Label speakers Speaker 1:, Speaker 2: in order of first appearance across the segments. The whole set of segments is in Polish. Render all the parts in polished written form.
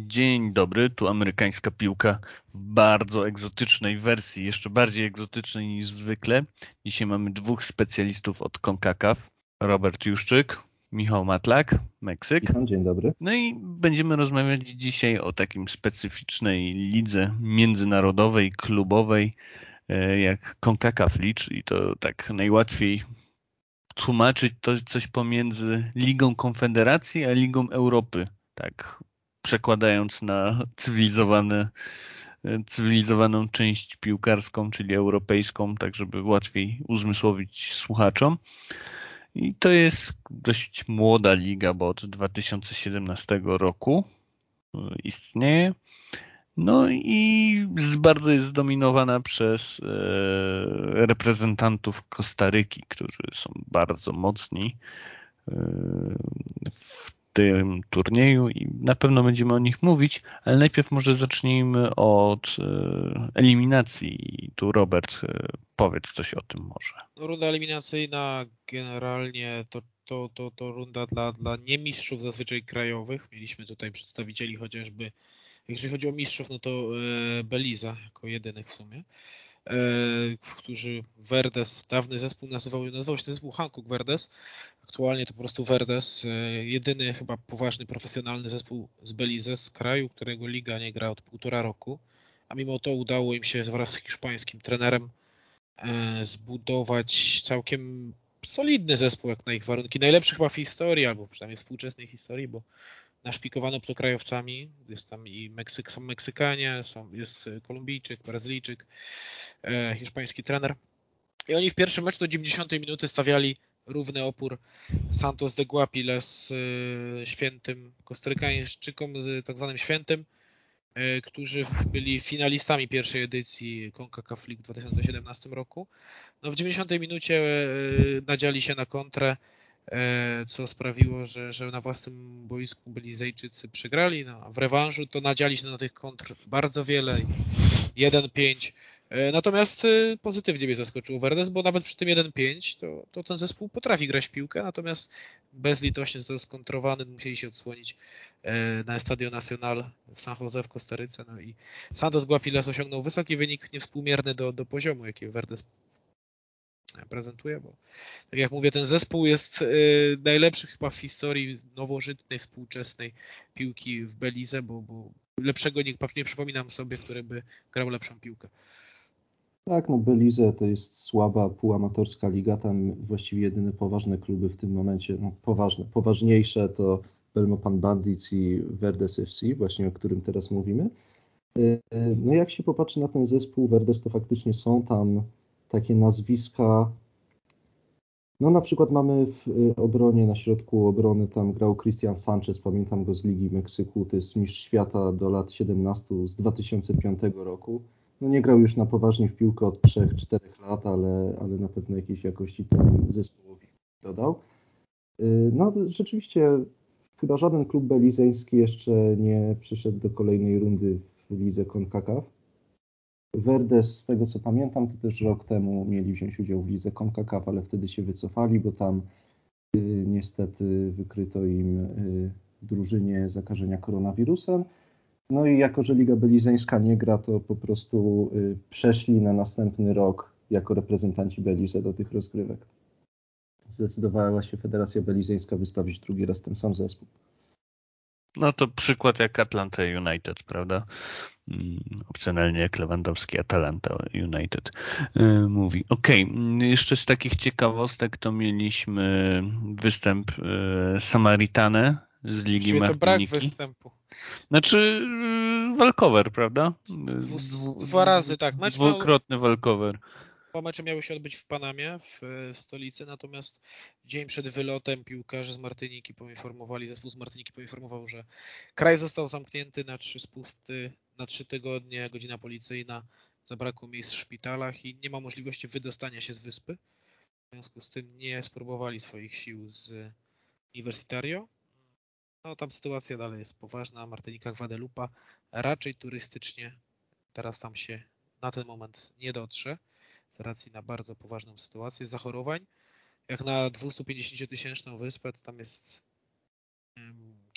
Speaker 1: Dzień dobry, tu amerykańska piłka w bardzo egzotycznej wersji, jeszcze bardziej egzotycznej niż zwykle. Dzisiaj mamy dwóch specjalistów od CONCACAF, Robert Juszczyk, Michał Matlak, Meksyk.
Speaker 2: Witam, dzień dobry.
Speaker 1: No i będziemy rozmawiać dzisiaj o takim specyficznej lidze międzynarodowej, klubowej, jak CONCACAF League i to tak najłatwiej tłumaczyć to coś pomiędzy Ligą Konfederacji a Ligą Europy, tak przekładając na cywilizowaną część piłkarską, czyli europejską, tak żeby łatwiej uzmysłowić słuchaczom. I to jest dość młoda liga, bo od 2017 roku istnieje. No i bardzo jest zdominowana przez reprezentantów Kostaryki, którzy są bardzo mocni w tym turnieju i na pewno będziemy o nich mówić, ale najpierw może zacznijmy od eliminacji. I tu Robert, powiedz coś o tym może.
Speaker 3: Runda eliminacyjna generalnie to runda dla niemistrzów zazwyczaj krajowych. Mieliśmy tutaj przedstawicieli chociażby, jeżeli chodzi o mistrzów, no to Belize jako jedynych w sumie, którzy Verdes, dawny zespół nazywał się ten zespół Hankook Verdes, aktualnie to po prostu Verdes, jedyny chyba poważny, profesjonalny zespół z Belize, z kraju, którego liga nie gra od 1,5 roku, a mimo to udało im się wraz z hiszpańskim trenerem zbudować całkiem solidny zespół jak na ich warunki. Najlepszy chyba w historii, albo przynajmniej współczesnej historii, bo naszpikowano obcokrajowcami. Jest tam i są Meksykanie, jest Kolumbijczyk, Brazylijczyk, hiszpański trener. I oni w pierwszym meczu do 90 minuty stawiali równy opór Santos de Guapile z świętym Kostarykańczykom, z tak zwanym świętym, którzy byli finalistami pierwszej edycji CONCACAF League w 2017 roku. No w 90 minucie nadziali się na kontrę, co sprawiło, że na własnym boisku Belizejczycy przegrali, no, a w rewanżu to nadziali się na tych kontr bardzo wiele, 1-5. Natomiast pozytywnie mnie zaskoczył Verdes, bo nawet przy tym 1-5 to ten zespół potrafi grać w piłkę, natomiast bezlitośnie został skontrowany, musieli się odsłonić na Estadio Nacional w San Jose w Kostaryce. No i Santos Guapiles osiągnął wysoki wynik, niewspółmierny do poziomu, jaki Verdes prezentuje, bo tak jak mówię, ten zespół jest najlepszy chyba w historii nowożytnej, współczesnej piłki w Belize, bo lepszego nie przypominam sobie, który by grał lepszą piłkę.
Speaker 2: Tak, no Belize to jest słaba, półamatorska liga, tam właściwie jedyne poważne kluby w tym momencie, no poważniejsze to Belmopan Bandits i Verdes FC, właśnie o którym teraz mówimy. No jak się popatrzy na ten zespół Verdes, to faktycznie są tam takie nazwiska. No na przykład mamy w obronie, na środku obrony tam grał Christian Sanchez, pamiętam go z Ligi Meksyku, to jest mistrz świata do lat 17 z 2005 roku. No nie grał już na poważnie w piłkę od 3-4 lat, ale na pewno jakiejś jakości ten zespołowi dodał. No rzeczywiście chyba żaden klub belizeński jeszcze nie przyszedł do kolejnej rundy w lidze CONCACAF. Verdes, z tego co pamiętam, to też rok temu mieli wziąć udział w lidze CONCACAF, ale wtedy się wycofali, bo tam niestety wykryto im w drużynie zakażenia koronawirusem. No i jako, że Liga Belizeńska nie gra, to po prostu przeszli na następny rok jako reprezentanci Belize do tych rozgrywek. Zdecydowała się Federacja Belizeńska wystawić drugi raz ten sam zespół.
Speaker 1: No to przykład jak Atlanta United, prawda? Opcjonalnie jak Lewandowski Atalanta United mówi. Okej, jeszcze z takich ciekawostek to mieliśmy występ Samaritane z Ligi
Speaker 3: To brak
Speaker 1: Martyniki.
Speaker 3: występu.
Speaker 1: Znaczy walkover, prawda?
Speaker 3: Dwa razy, tak.
Speaker 1: Dwukrotny walkover.
Speaker 3: Dwa mecze miały się odbyć w Panamie, w stolicy, natomiast dzień przed wylotem piłkarze z Martyniki zespół z Martyniki poinformował, że kraj został zamknięty na 3 spusty, na 3 tygodnie, godzina policyjna, zabrakło miejsc w szpitalach i nie ma możliwości wydostania się z wyspy. W związku z tym nie spróbowali swoich sił z Universitario. No tam sytuacja dalej jest poważna. Martynika Guadalupe raczej turystycznie teraz tam się na ten moment nie dotrze z racji na bardzo poważną sytuację zachorowań. Jak na 250-tysięczną wyspę, to tam jest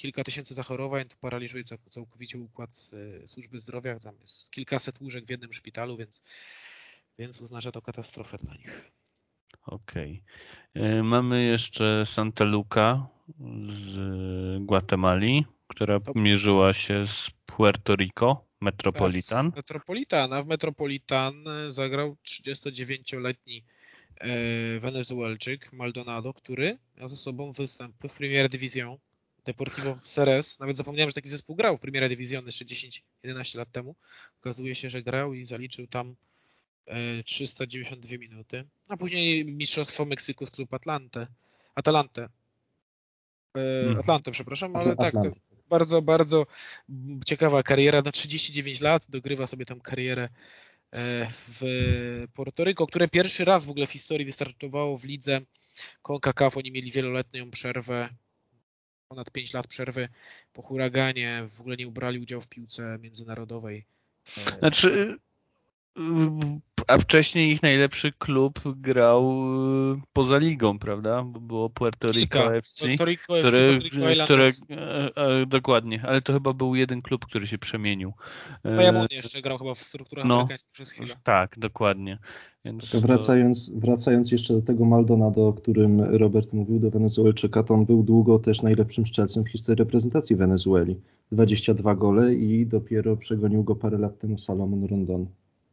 Speaker 3: kilka tysięcy zachorowań, to paraliżuje całkowicie układ służby zdrowia. Tam jest kilkaset łóżek w jednym szpitalu, więc oznacza to katastrofę dla nich.
Speaker 1: Okej. Mamy jeszcze Santa Luca z Gwatemali, która mierzyła się z Puerto Rico, Metropolitan.
Speaker 3: Metropolitana. W Metropolitan zagrał 39-letni Wenezuelczyk Maldonado, który miał ze sobą występy w Primera División, Deportivo Ceres. Nawet zapomniałem, że taki zespół grał w Primera División jeszcze 10-11 lat temu. Okazuje się, że grał i zaliczył tam 392 minuty. A później Mistrzostwo Meksyku z klub Atalantę, przepraszam, ale tak, to bardzo, bardzo ciekawa kariera. Na 39 lat dogrywa sobie tam karierę w Puerto Rico, które pierwszy raz w ogóle w historii wystartowało w lidze CONCACAF. Oni mieli wieloletnią przerwę, ponad 5 lat przerwy po huraganie, w ogóle nie brali udziału w piłce międzynarodowej.
Speaker 1: Znaczy, a wcześniej ich najlepszy klub grał poza ligą, prawda? Bo było Puerto Rico FC,
Speaker 3: Puerto Rico FC, Puerto Rico Islanders.
Speaker 1: Dokładnie, ale to chyba był jeden klub, który się przemienił.
Speaker 3: Bayamon jeszcze grał chyba w strukturach amerykańskich przez chwilę.
Speaker 1: Tak, dokładnie. Więc
Speaker 2: to wracając jeszcze do tego Maldonado, o którym Robert mówił, do Wenezuelczyka, to on był długo też najlepszym strzelcem w historii reprezentacji Wenezueli. 22 gole i dopiero przegonił go parę lat temu Salomon Rondon.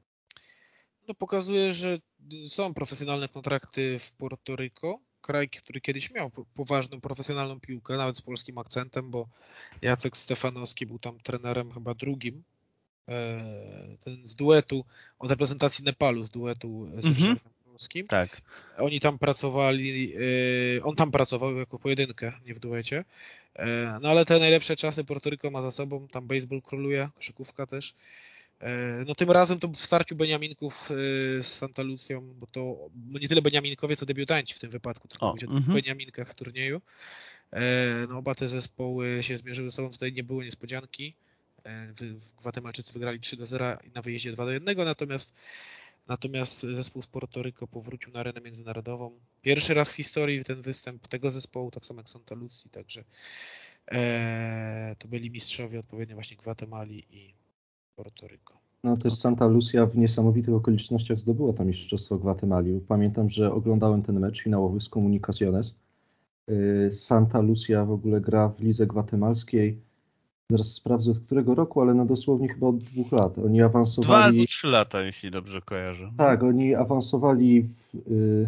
Speaker 3: To pokazuje, że są profesjonalne kontrakty w Puerto Rico. Kraj, który kiedyś miał poważną, profesjonalną piłkę, nawet z polskim akcentem, bo Jacek Stefanowski był tam trenerem chyba drugim. Ten z duetu od reprezentacji Nepalu, z duetu z Ryszardem Polskim.
Speaker 1: Tak.
Speaker 3: Oni tam pracowali, on tam pracował jako pojedynkę, nie w duecie. No ale te najlepsze czasy Puerto Rico ma za sobą, tam baseball króluje, koszykówka też. No tym razem to w starciu Beniaminków z Santa Lucią, bo to nie tyle Beniaminkowie, co debiutanci w tym wypadku, tylko mówię o Beniaminkach w turnieju. No oba te zespoły się zmierzyły ze sobą, tutaj nie było niespodzianki. Gwatemalczycy wygrali 3-0 i na wyjeździe 2-1, natomiast zespół z Puerto Rico powrócił na arenę międzynarodową. Pierwszy raz w historii ten występ tego zespołu, tak samo jak Santa Lucia, także to byli mistrzowie odpowiednio właśnie Gwatemali i Puerto Rico.
Speaker 2: No też Santa Lucia w niesamowitych okolicznościach zdobyła tam mistrzostwo Gwatemali. Pamiętam, że oglądałem ten mecz finałowy z Comunicaciones. Santa Lucia w ogóle gra w lidze gwatemalskiej. Zaraz sprawdzę od którego roku, ale no dosłownie chyba od 2 lat. Oni awansowali...
Speaker 1: 2 albo 3 lata, jeśli dobrze kojarzę.
Speaker 2: Tak, oni awansowali w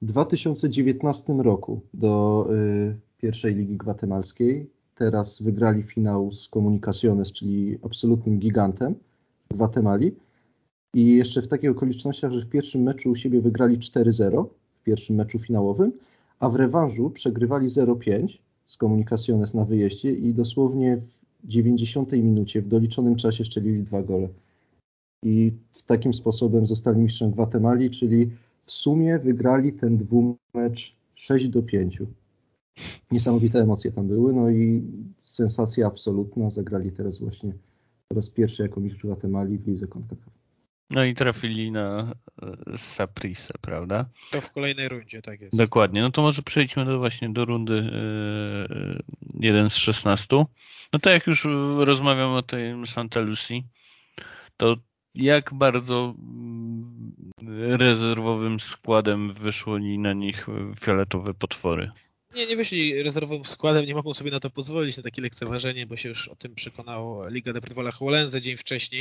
Speaker 2: 2019 roku do pierwszej ligi gwatemalskiej. Teraz wygrali finał z Comunicaciones, czyli absolutnym gigantem w Gwatemali. I jeszcze w takich okolicznościach, że w pierwszym meczu u siebie wygrali 4-0, w pierwszym meczu finałowym, a w rewanżu przegrywali 0-5 z Comunicaciones na wyjeździe i dosłownie w 90 minucie w doliczonym czasie strzelili 2 gole. I takim sposobem zostali mistrzem Gwatemali, czyli w sumie wygrali ten dwumecz 6-5. Niesamowite emocje tam były, no i sensacja absolutna. Zagrali teraz właśnie po raz pierwszy jako mistrz Gwatemali w lidze CONCACAF.
Speaker 1: No i trafili na Saprissa, prawda?
Speaker 3: To w kolejnej rundzie, tak jest.
Speaker 1: Dokładnie. No to może przejdźmy do rundy 1 z 16. No to jak już rozmawiamy o tej Santa Lucia, to jak bardzo rezerwowym składem wyszły na nich fioletowe potwory?
Speaker 3: Nie wyszli rezerwowym składem, nie mogą sobie na to pozwolić, na takie lekceważenie, bo się już o tym przekonało Liga Deportiva Alajuelense dzień wcześniej.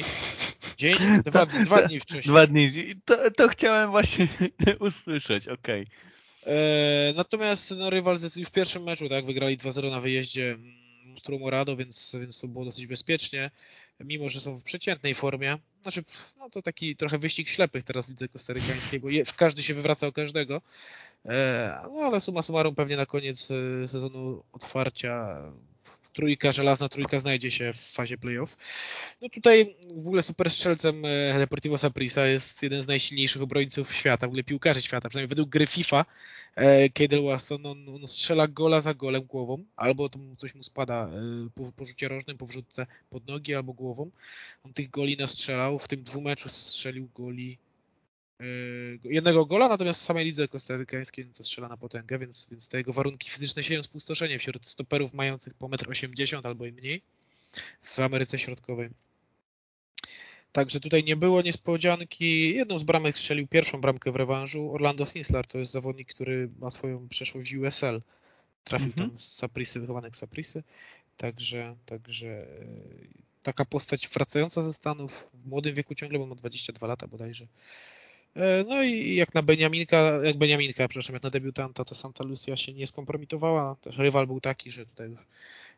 Speaker 3: Dwa dni wcześniej.
Speaker 1: 2 dni. To chciałem właśnie usłyszeć, okej.
Speaker 3: Natomiast rywal w pierwszym meczu tak wygrali 2-0 na wyjeździe Mostru Morado, więc to było dosyć bezpiecznie, mimo że są w przeciętnej formie. Znaczy, no to taki trochę wyścig ślepych teraz w lidze kostarykańskiej, bo każdy się wywraca o każdego. No ale summa summarum pewnie na koniec sezonu otwarcia żelazna trójka znajdzie się w fazie playoff. No tutaj w ogóle super strzelcem Deportivo Saprissa jest jeden z najsilniejszych obrońców świata, w ogóle piłkarzy świata, przynajmniej według gry FIFA. Keidel Waston, on strzela gola za golem głową, albo to coś mu spada po rzucie rożnym, po wrzutce pod nogi albo głową. On tych goli nastrzelał, w tym 2 meczu strzelił goli jednego gola, natomiast w samej lidze kostarykańskiej to strzela na potęgę, więc te jego warunki fizyczne sieją spustoszenie wśród stoperów mających po 1,80 m albo i mniej w Ameryce Środkowej. Także tutaj nie było niespodzianki. Jedną z bramek strzelił pierwszą bramkę w rewanżu Orlando Sinslar, to jest zawodnik, który ma swoją przeszłość w USL. Trafił tam z Saprisy, wychowanek Saprisy. Także taka postać wracająca ze Stanów w młodym wieku ciągle, bo ma 22 lata bodajże. No i jak na jak na debiutanta, to Santa Lucia się nie skompromitowała. Też rywal był taki, że tutaj już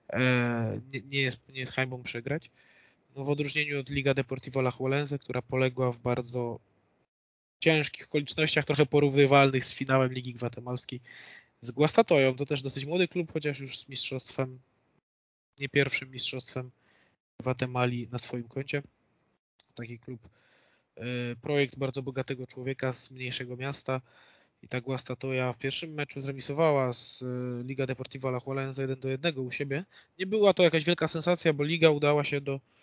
Speaker 3: nie jest hańbą przegrać. No w odróżnieniu od Liga Deportivo Alajuelense, która poległa w bardzo ciężkich okolicznościach, trochę porównywalnych z finałem Ligi Gwatemalskiej z Guastatoją. To też dosyć młody klub, chociaż już z mistrzostwem, nie pierwszym mistrzostwem Gwatemali na swoim koncie. Taki klub, projekt bardzo bogatego człowieka z mniejszego miasta i ta Guastatoya w pierwszym meczu zremisowała z Liga Deportivo Alajuelense 1-1 u siebie. Nie była to jakaś wielka sensacja, bo Liga udała się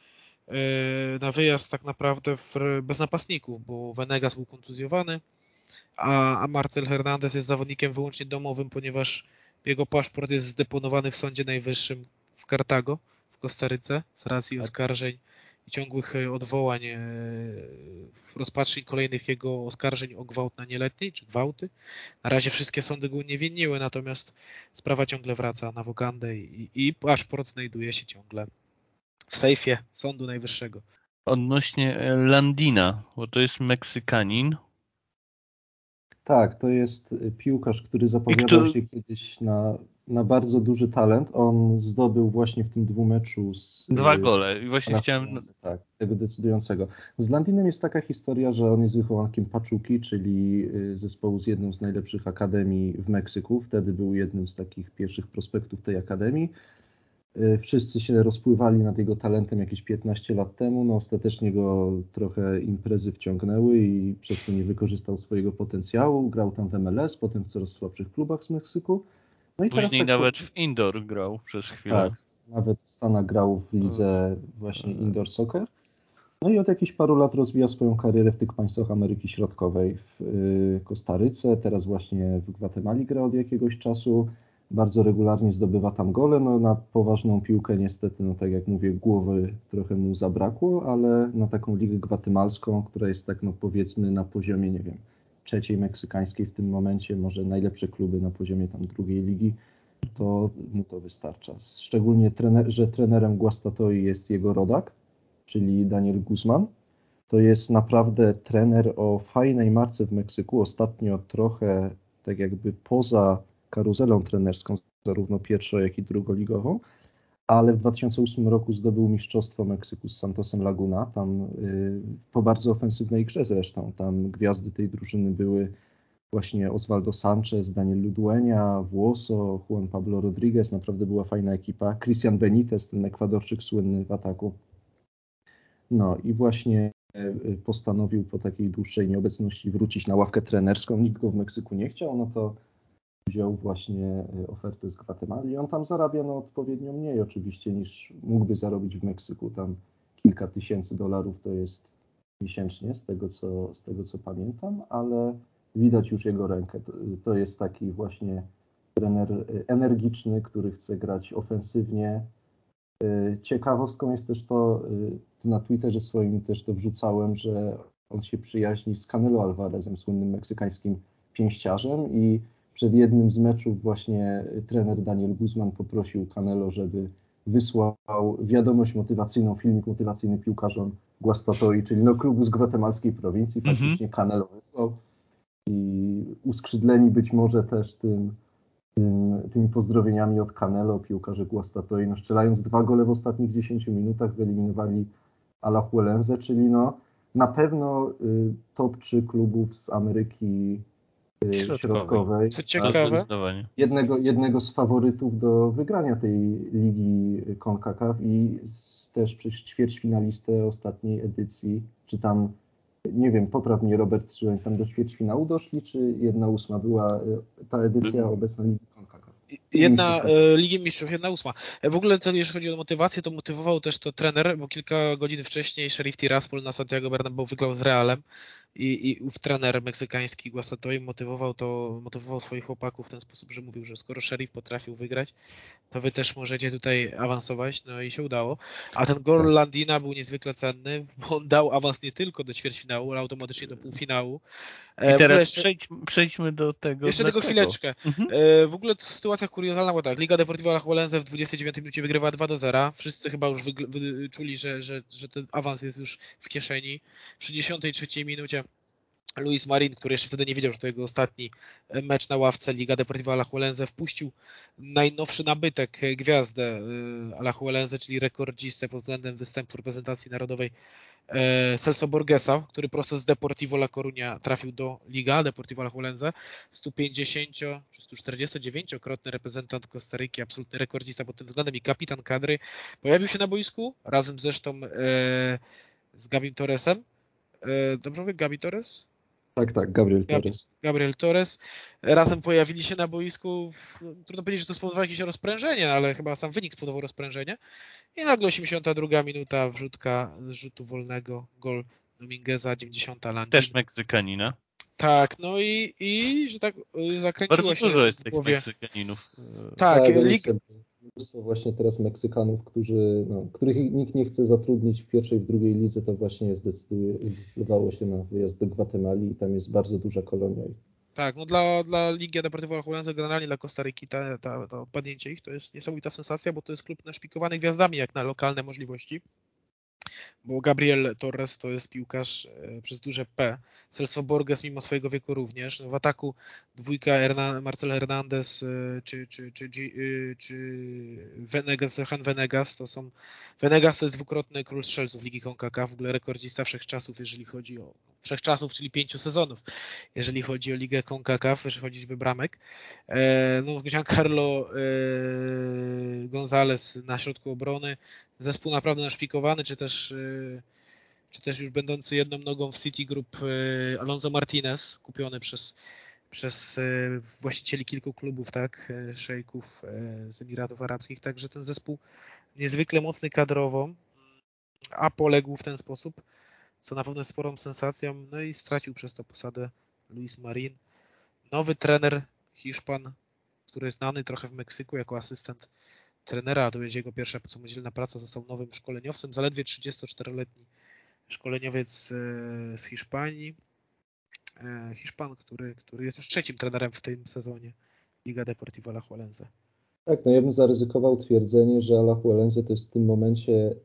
Speaker 3: na wyjazd tak naprawdę bez napastników, bo Venegas był kontuzjowany, a Marcel Hernandez jest zawodnikiem wyłącznie domowym, ponieważ jego paszport jest zdeponowany w Sądzie Najwyższym w Kartago, w Kostaryce, z racji oskarżeń i ciągłych odwołań, rozpatrzeń kolejnych jego oskarżeń o gwałt na nieletniej, czy gwałty. Na razie wszystkie sądy go uniewinniły, natomiast sprawa ciągle wraca na wokandę i paszport znajduje się ciągle w sejfie Sądu Najwyższego.
Speaker 1: Odnośnie Landina, bo to jest Meksykanin.
Speaker 2: Tak, to jest piłkarz, który zapowiadał się kiedyś na bardzo duży talent. On zdobył właśnie w tym dwumeczu
Speaker 1: 2 gole i właśnie chciałem...
Speaker 2: Tak, tego decydującego. Z Landinem jest taka historia, że on jest wychowankiem Paczuki, czyli zespołu z jedną z najlepszych akademii w Meksyku. Wtedy był jednym z takich pierwszych prospektów tej akademii. Wszyscy się rozpływali nad jego talentem jakieś 15 lat temu. No ostatecznie go trochę imprezy wciągnęły i przez to nie wykorzystał swojego potencjału. Grał tam w MLS, potem w coraz słabszych klubach z Meksyku. No i
Speaker 1: Później
Speaker 2: teraz
Speaker 1: nawet w Indoor grał przez chwilę.
Speaker 2: Tak, nawet w Stanach grał w lidze właśnie Indoor Soccer. No i od jakichś paru lat rozwija swoją karierę w tych państwach Ameryki Środkowej. W Kostaryce, teraz właśnie w Gwatemali gra od jakiegoś czasu. Bardzo regularnie zdobywa tam gole. No na poważną piłkę niestety, no tak jak mówię, głowy trochę mu zabrakło, ale na taką ligę gwatemalską, która jest tak, no powiedzmy na poziomie, nie wiem, trzeciej meksykańskiej w tym momencie, może najlepsze kluby na poziomie tam drugiej ligi, to mu to wystarcza. Szczególnie, że trenerem Guastatoi jest jego rodak, czyli Daniel Guzman. To jest naprawdę trener o fajnej marce w Meksyku. Ostatnio trochę tak jakby poza karuzelą trenerską, zarówno pierwszo, jak i drugoligową, ale w 2008 roku zdobył mistrzostwo Meksyku z Santosem Laguna, tam po bardzo ofensywnej grze zresztą. Tam gwiazdy tej drużyny były właśnie Osvaldo Sanchez, Daniel Ludueña, Włoso, Juan Pablo Rodriguez, naprawdę była fajna ekipa. Christian Benitez, ten Ekwadorczyk słynny w ataku. No i właśnie postanowił po takiej dłuższej nieobecności wrócić na ławkę trenerską. Nikt go w Meksyku nie chciał, no to wziął właśnie ofertę z Gwatemali i on tam zarabia no odpowiednio mniej oczywiście niż mógłby zarobić w Meksyku. Tam kilka tysięcy dolarów to jest miesięcznie, z tego co pamiętam, ale widać już jego rękę. To jest taki właśnie trener energiczny, który chce grać ofensywnie. Ciekawostką jest też to na Twitterze swoim też to wrzucałem, że on się przyjaźni z Canelo Alvarezem, słynnym meksykańskim pięściarzem i przed jednym z meczów właśnie trener Daniel Guzman poprosił Canelo, żeby wysłał wiadomość motywacyjną, filmik motywacyjny piłkarzom Guastatoi, czyli no klubu z gwatemalskiej prowincji. Faktycznie Canelo wysłał i uskrzydleni być może też tymi pozdrowieniami od Canelo, piłkarze Guastatoi, no strzelając 2 gole w ostatnich 10 minutach wyeliminowali Alajuelense, czyli no na pewno top 3 klubów z Ameryki Środkowej.
Speaker 3: Co ciekawe,
Speaker 2: Jednego z faworytów do wygrania tej ligi CONCACAF i też przecież ćwierćfinalistę ostatniej edycji, czy tam, nie wiem, popraw mnie Robert, czy tam do ćwierćfinału doszli, czy 1/8 była ta edycja obecna ligi CONCACAF?
Speaker 3: Ligi Mistrzów, 1/8. W ogóle to, jeżeli chodzi o motywację, to motywował też to trener, bo kilka godzin wcześniej Sheriff Tiraspol na Santiago Bernabéu wygrał z Realem i ów trener meksykański Guastatoy motywował swoich chłopaków w ten sposób, że mówił, że skoro Sheriff potrafił wygrać, to wy też możecie tutaj awansować, no i się udało. A ten gol Landina był niezwykle cenny, bo on dał awans nie tylko do ćwierćfinału, ale automatycznie do półfinału.
Speaker 1: I teraz przejdźmy do tego.
Speaker 3: Jeszcze
Speaker 1: dlaczego.
Speaker 3: tylko chwileczkę. W ogóle to sytuacja kuriozalna, bo tak, Liga Deportiva Alajuelense w 29 minucie wygrywa 2-0. Wszyscy chyba już czuli, że ten awans jest już w kieszeni. Przy 10:03 minucie Luis Marin, który jeszcze wtedy nie wiedział, że to jego ostatni mecz na ławce Liga Deportiva Alajuelense, wpuścił najnowszy nabytek, gwiazdę Alajuelense, czyli rekordzistę pod względem występu reprezentacji narodowej Celso Borgesa, który prosto z Deportivo La Coruña trafił do Liga Deportiva Alajuelense. 150 czy 149-krotny reprezentant Kostaryki, absolutny rekordzista pod tym względem i kapitan kadry. Pojawił się na boisku, razem zresztą z Gabim Torresem. Dobrze mówię? Gabi Torres?
Speaker 2: Tak, Gabriel Torres.
Speaker 3: Razem pojawili się na boisku. Trudno powiedzieć, że to spowodowało jakieś rozprężenie, ale chyba sam wynik spowodował rozprężenie. I nagle 82 minuta wrzutka z rzutu wolnego, gol Domingueza, 90 Landin.
Speaker 1: Też Meksykanina.
Speaker 3: Tak, no i że tak zakręciło
Speaker 1: bardzo
Speaker 3: się
Speaker 1: dużo jest
Speaker 3: w
Speaker 1: tych
Speaker 3: głowie.
Speaker 1: Meksykaninów.
Speaker 3: Tak,
Speaker 2: mnóstwo właśnie teraz Meksykanów, których nikt nie chce zatrudnić w pierwszej, w drugiej lidze, to właśnie zdecydowało się na wyjazd do Gwatemali i tam jest bardzo duża kolonia.
Speaker 3: Tak, no dla Ligi Deportiva Alajuelense, generalnie dla Kostaryki to odpadnięcie ich to jest niesamowita sensacja, bo to jest klub naszpikowany gwiazdami jak na lokalne możliwości. Bo Gabriel Torres to jest piłkarz przez duże P. Celso Borges mimo swojego wieku również. No w ataku dwójka Marcel Hernandez czy Venegas, Johan Venegas to są... Venegas to jest dwukrotny król strzelców Ligi CONCACAF, w ogóle rekordzista wszechczasów, jeżeli chodzi o... Wszechczasów, czyli 5 sezonów, jeżeli chodzi o Ligę CONCACAF, jeżeli chodzi o liczbę bramek. No Giancarlo González na środku obrony. Zespół naprawdę naszpikowany, czy też już będący jedną nogą w City Group Alonso Martinez, kupiony przez właścicieli kilku klubów, tak, szejków z Emiratów Arabskich, także ten zespół niezwykle mocny kadrowo, a poległ w ten sposób, co na pewno jest sporą sensacją, no i stracił przez to posadę Luis Marin. Nowy trener, Hiszpan, który jest znany trochę w Meksyku jako asystent trenera, to będzie jego pierwsza samodzielna praca, został nowym szkoleniowcem, zaledwie 34-letni szkoleniowiec z Hiszpanii. Hiszpan, który jest już trzecim trenerem w tym sezonie Liga Deportiva Alajuelense.
Speaker 2: Tak, no ja bym zaryzykował twierdzenie, że Alajuelense to jest w tym momencie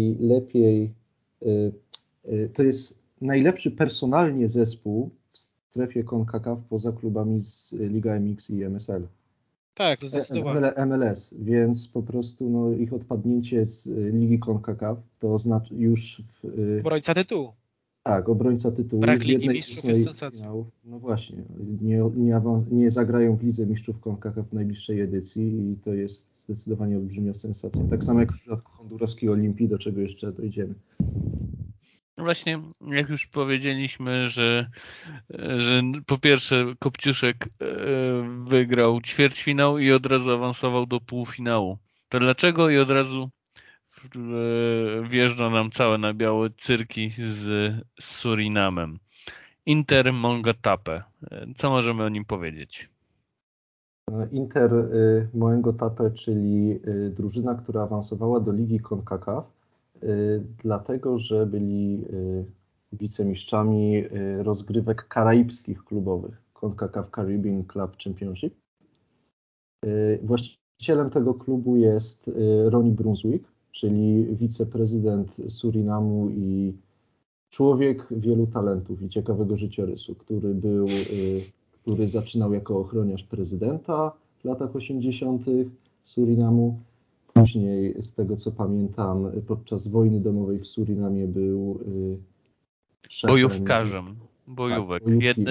Speaker 2: to jest najlepszy personalnie zespół w strefie CONCACAF poza klubami z Liga MX i MSL.
Speaker 3: Tak, to zdecydowanie.
Speaker 2: MLS, więc po prostu ich odpadnięcie z Ligi CONCACAF to znaczy już...
Speaker 3: Obrońca tytułu.
Speaker 2: Tak, obrońca tytułu.
Speaker 3: Brak Ligi Mistrzów jest sensacją.
Speaker 2: No właśnie, nie zagrają w Lidze Mistrzów CONCACAF w najbliższej edycji i to jest zdecydowanie olbrzymia sensacja. Tak samo jak w przypadku honduraskiej Olimpii, do czego jeszcze dojdziemy.
Speaker 1: No właśnie, jak już powiedzieliśmy, że po pierwsze Kopciuszek wygrał ćwierćfinał i od razu awansował do półfinału. To dlaczego i od razu wjeżdża nam całe na białe cyrki z Surinamem? Inter Moengotape. Co możemy o nim powiedzieć?
Speaker 2: Inter Moengotape, czyli drużyna, która awansowała do Ligi CONCACAF, dlatego, że byli wicemistrzami rozgrywek karaibskich klubowych, CONCACAF Caribbean Club Championship. Właścicielem tego klubu jest Ronnie Brunswick, czyli wiceprezydent Surinamu i człowiek wielu talentów i ciekawego życiorysu, który zaczynał jako ochroniarz prezydenta w latach 80. Surinamu. Później, z tego co pamiętam, podczas wojny domowej w Surinamie był szefem...
Speaker 1: Bojówkarzem. Bojówek.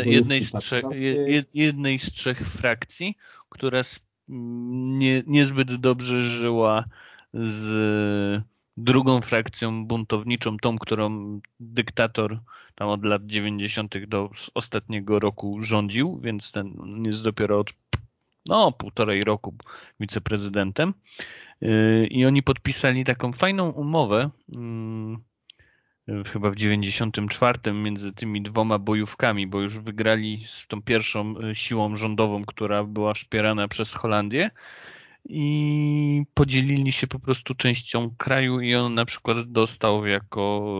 Speaker 1: Jednej z trzech frakcji, która niezbyt dobrze żyła z drugą frakcją buntowniczą, tą, którą dyktator tam od lat 90. do ostatniego roku rządził, więc ten jest dopiero od półtorej roku wiceprezydentem. I oni podpisali taką fajną umowę chyba w 94 między tymi dwoma bojówkami, bo już wygrali z tą pierwszą siłą rządową, która była wspierana przez Holandię i podzielili się po prostu częścią kraju i on na przykład dostał jako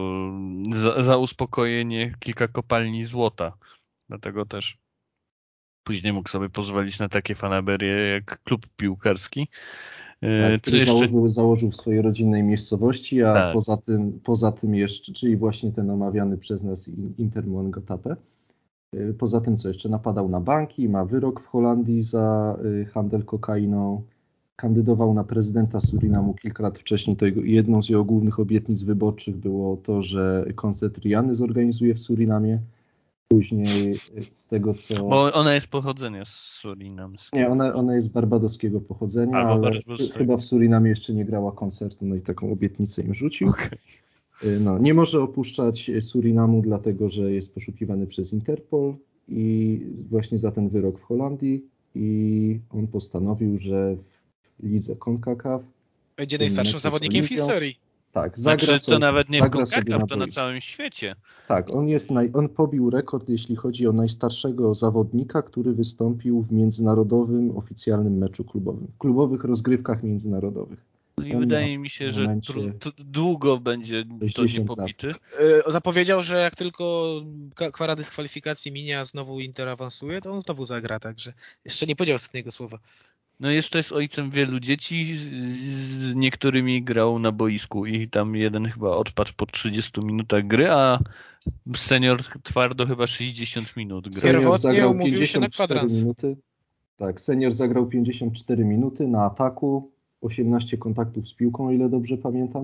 Speaker 1: za uspokojenie kilka kopalni złota. Dlatego też później mógł sobie pozwolić na takie fanaberie jak klub piłkarski.
Speaker 2: Tak, który założył w swojej rodzinnej miejscowości, a
Speaker 1: tak.
Speaker 2: poza tym jeszcze, czyli właśnie ten omawiany przez nas Inter Moengotape. Poza tym co jeszcze? Napadał na banki, ma wyrok w Holandii za handel kokainą, kandydował na prezydenta Surinamu kilka lat wcześniej. To jedną z jego głównych obietnic wyborczych było to, że koncert Riany zorganizuje w Surinamie. Później z tego co...
Speaker 1: Bo ona jest pochodzenia z surinamskiego.
Speaker 2: Nie, ona jest barbadoskiego pochodzenia, ale chyba w Surinamie jeszcze nie grała koncertu, no i taką obietnicę im rzucił.
Speaker 1: Okay.
Speaker 2: No, nie może opuszczać Surinamu, dlatego że jest poszukiwany przez Interpol i właśnie za ten wyrok w Holandii i on postanowił, że w lidze CONCACAF
Speaker 3: będzie najstarszym zawodnikiem w historii.
Speaker 2: Tak,
Speaker 1: znaczy to nawet nie w CONCACAF, to na całym świecie.
Speaker 2: Tak, on pobił rekord, jeśli chodzi o najstarszego zawodnika, który wystąpił w międzynarodowym oficjalnym meczu klubowym, w klubowych rozgrywkach międzynarodowych.
Speaker 1: No i wydaje mi się, że długo będzie to niepobity.
Speaker 3: Zapowiedział, że jak tylko kwara dyskwalifikacji minie, a znowu Inter awansuje, to on znowu zagra, także jeszcze nie powiedział ostatniego słowa.
Speaker 1: No jeszcze jest ojcem wielu dzieci, z niektórymi grał na boisku i tam jeden chyba odpadł po 30 minutach gry, a senior twardo chyba 60 minut grał.
Speaker 3: Senior zagrał 54
Speaker 2: minuty. Tak, senior zagrał 54 minuty na ataku, 18 kontaktów z piłką, o ile dobrze pamiętam.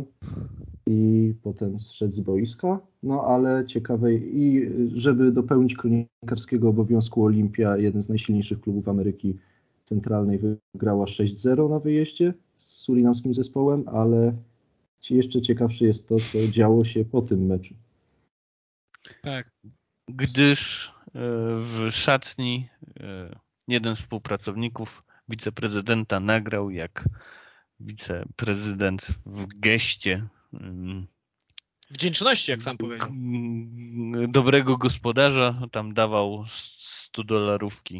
Speaker 2: I potem zszedł z boiska. No ale ciekawe, i żeby dopełnić kronikarskiego obowiązku, Olimpia, jeden z najsilniejszych klubów Ameryki Centralnej, wygrała 6-0 na wyjeździe z surinamskim zespołem, ale jeszcze ciekawsze jest to, co działo się po tym meczu.
Speaker 1: Tak, gdyż w szatni jeden z współpracowników wiceprezydenta nagrał, jak wiceprezydent w geście
Speaker 3: wdzięczności, jak sam powiedział,
Speaker 1: dobrego gospodarza tam dawał $100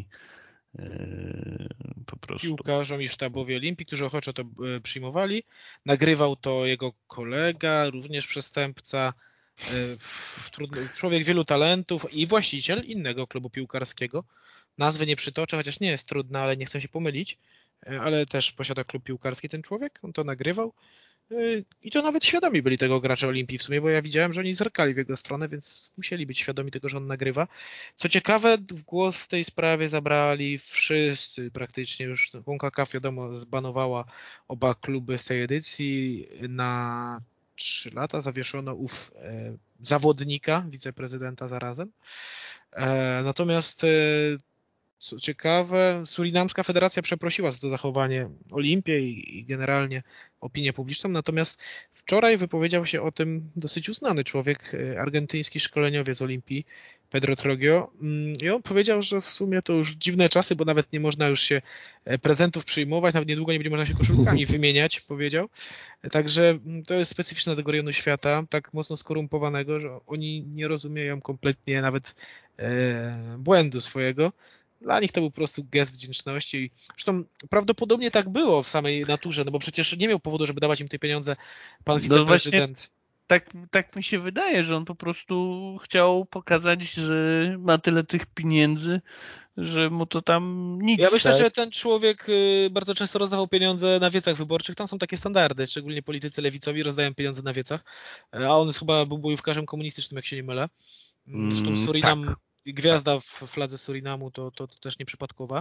Speaker 1: po prostu
Speaker 3: piłkarzom i sztabowi Olimpii, którzy ochoczo to przyjmowali. Nagrywał to jego kolega, również przestępca, człowiek wielu talentów i właściciel innego klubu piłkarskiego. Nazwy nie przytoczę, chociaż nie jest trudna, ale nie chcę się pomylić, ale też posiada klub piłkarski ten człowiek, on to nagrywał. I to nawet świadomi byli tego gracze Olimpii w sumie, bo ja widziałem, że oni zerkali w jego stronę, więc musieli być świadomi tego, że on nagrywa. Co ciekawe, głos w tej sprawie zabrali wszyscy praktycznie. Już CONCACAF, wiadomo, zbanowała oba kluby z tej edycji. Na 3 lata zawieszono zawodnika, wiceprezydenta zarazem. Natomiast co ciekawe, Surinamska Federacja przeprosiła za to zachowanie Olimpię i generalnie opinię publiczną, natomiast wczoraj wypowiedział się o tym dosyć uznany człowiek, argentyński szkoleniowiec Olimpii, Pedro Troglio, i on powiedział, że w sumie to już dziwne czasy, bo nawet nie można już się prezentów przyjmować, nawet niedługo nie będzie można się koszulkami wymieniać, powiedział. Także to jest specyficzne tego rejonu świata, tak mocno skorumpowanego, że oni nie rozumieją kompletnie nawet błędu swojego. Dla nich to był po prostu gest wdzięczności. Zresztą prawdopodobnie tak było w samej naturze, no bo przecież nie miał powodu, żeby dawać im te pieniądze pan wiceprezydent.
Speaker 1: Tak mi się wydaje, że on po prostu chciał pokazać, że ma tyle tych pieniędzy, że mu to tam nic.
Speaker 3: Ja myślę, że ten człowiek bardzo często rozdawał pieniądze na wiecach wyborczych. Tam są takie standardy, szczególnie politycy lewicowi rozdają pieniądze na wiecach. A on chyba był bojówkarzem komunistycznym, jak się nie mylę. Zresztą Surinam... Tak. Gwiazda w fladze Surinamu to też nieprzypadkowa,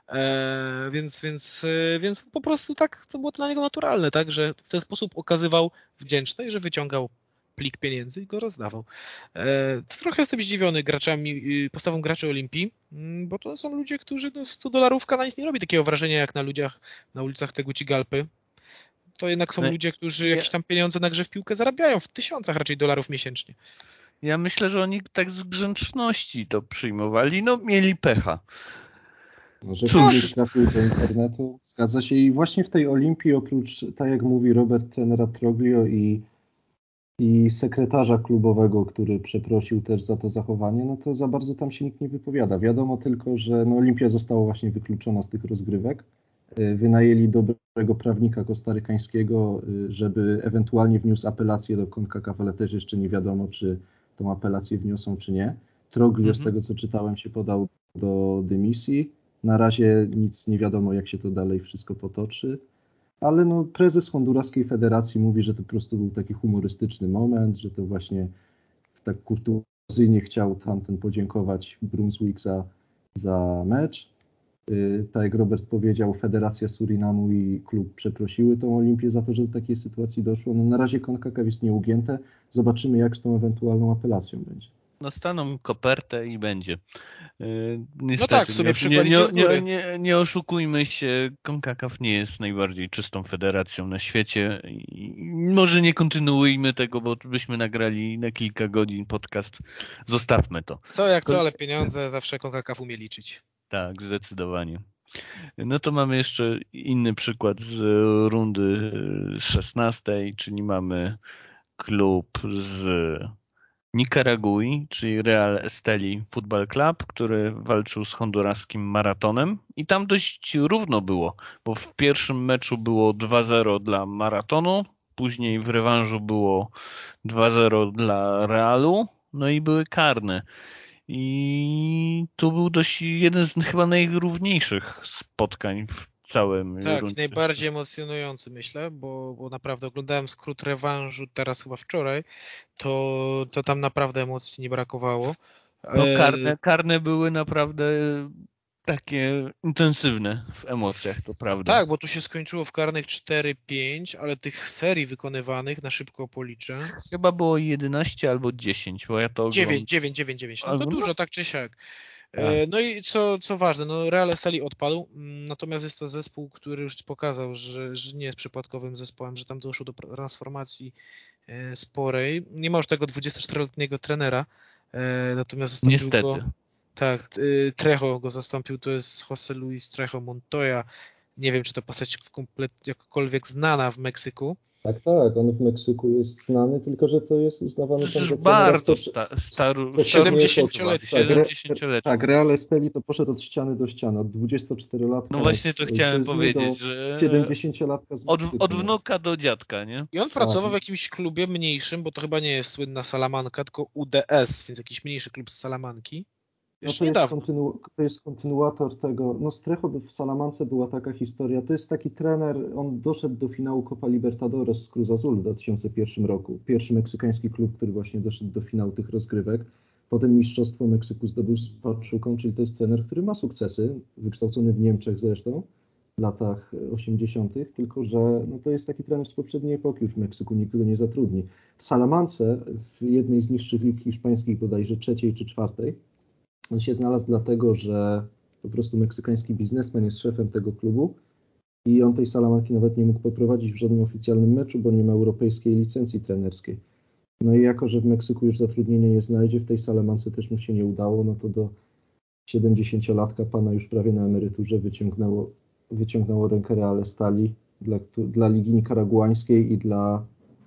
Speaker 3: więc po prostu tak to było dla niego naturalne, tak, że w ten sposób okazywał wdzięczność, że wyciągał plik pieniędzy i go rozdawał. Trochę jestem zdziwiony postawą graczy Olimpii, bo to są ludzie, którzy $100 na nic nie robi takiego wrażenia jak na ludziach na ulicach Tegucigalpy. To jednak są ludzie, którzy jakieś tam pieniądze na grze w piłkę zarabiają w tysiącach raczej dolarów miesięcznie.
Speaker 1: Ja myślę, że oni tak z grzeczności to przyjmowali. No, mieli pecha.
Speaker 2: Może kiedyś trafił do internetu. Zgadza się. I właśnie w tej Olimpii, oprócz, tak jak mówi Robert, trenera Troglio i i sekretarza klubowego, który przeprosił też za to zachowanie, no to za bardzo tam się nikt nie wypowiada. Wiadomo tylko, że no Olimpia została właśnie wykluczona z tych rozgrywek. Wynajęli dobrego prawnika kostarykańskiego, żeby ewentualnie wniósł apelację do CONCACAF, ale też jeszcze nie wiadomo, czy tą apelację wniosą, czy nie. Troglio, z tego co czytałem, się podał do dymisji. Na razie nic nie wiadomo, jak się to dalej wszystko potoczy. Ale no, prezes honduraskiej federacji mówi, że to po prostu był taki humorystyczny moment, że to właśnie tak kurtuazyjnie chciał tamten podziękować Brunswick za mecz. Tak jak Robert powiedział, Federacja Surinamu i klub przeprosiły tą Olimpię za to, że do takiej sytuacji doszło. No, na razie CONCACAF jest nieugięte. Zobaczymy, jak z tą ewentualną apelacją będzie.
Speaker 1: Dostaną kopertę i będzie.
Speaker 3: No tak, w sumie przykład idzie z góry.
Speaker 1: Nie oszukujmy się, CONCACAF nie jest najbardziej czystą federacją na świecie. I może nie kontynuujmy tego, bo byśmy nagrali na kilka godzin podcast. Zostawmy to.
Speaker 3: Co jak co, ale pieniądze zawsze CONCACAF umie liczyć.
Speaker 1: Tak, zdecydowanie. No to mamy jeszcze inny przykład z rundy 16, czyli mamy klub z Nikaragui, czyli Real Esteli Football Club, który walczył z honduraskim Maratonem i tam dość równo było, bo w pierwszym meczu było 2-0 dla Maratonu, później w rewanżu było 2-0 dla Realu, no i były karne. I to był dość jeden z chyba najrówniejszych spotkań w całym
Speaker 3: Tak,
Speaker 1: rundzie.
Speaker 3: najbardziej emocjonujący myślę, bo naprawdę oglądałem skrót rewanżu teraz chyba wczoraj, to tam naprawdę emocji nie brakowało.
Speaker 1: No karne były naprawdę takie intensywne w emocjach, to prawda.
Speaker 3: Tak, bo tu się skończyło w karnych 4-5, ale tych serii wykonywanych na szybko policzę.
Speaker 1: Chyba było 11 albo 10, bo ja to oglądam.
Speaker 3: 9. No to dużo, tak czy siak.
Speaker 1: Tak.
Speaker 3: No i co ważne, no Real Esteli odpadł, natomiast jest to zespół, który już pokazał, że nie jest przypadkowym zespołem, że tam doszło do transformacji sporej. Nie ma już tego 24-letniego trenera, natomiast zastąpił go...
Speaker 1: Niestety.
Speaker 3: Tak, Trejo go zastąpił, to jest José Luis Trejo Montoya. Nie wiem, czy to postać jakkolwiek znana w Meksyku.
Speaker 2: Tak, on w Meksyku jest znany, tylko że to jest uznawany tam za
Speaker 1: bardzo
Speaker 2: stary.
Speaker 1: 70-letni.
Speaker 2: Tak, Real Esteli to poszedł od ściany do ściany, od 24-latka
Speaker 1: no właśnie to chciałem powiedzieć, że
Speaker 2: 70-latka z Meksyku.
Speaker 1: Od wnuka do dziadka, nie?
Speaker 3: I on pracował w jakimś klubie mniejszym, bo to chyba nie jest słynna Salamanca, tylko UDS, więc jakiś mniejszy klub z Salamanki.
Speaker 2: To jest kontynuator tego, no Strecho w Salamance była taka historia, to jest taki trener, on doszedł do finału Copa Libertadores z Cruz Azul w 2001 roku, pierwszy meksykański klub, który właśnie doszedł do finału tych rozgrywek, potem Mistrzostwo Meksyku zdobył z Paczuką, czyli to jest trener, który ma sukcesy, wykształcony w Niemczech zresztą w latach 80., tylko że no to jest taki trener z poprzedniej epoki, już w Meksyku nikt go nie zatrudni. W Salamance, w jednej z niższych lig hiszpańskich, bodajże 3. czy 4., on się znalazł dlatego, że po prostu meksykański biznesmen jest szefem tego klubu i on tej Salamanki nawet nie mógł poprowadzić w żadnym oficjalnym meczu, bo nie ma europejskiej licencji trenerskiej. No i jako, że w Meksyku już zatrudnienie nie znajdzie, w tej Salamance też mu się nie udało, no to do 70-latka pana już prawie na emeryturze wyciągnęło rękę Real Esteli dla Ligi Nikaraguańskiej i dla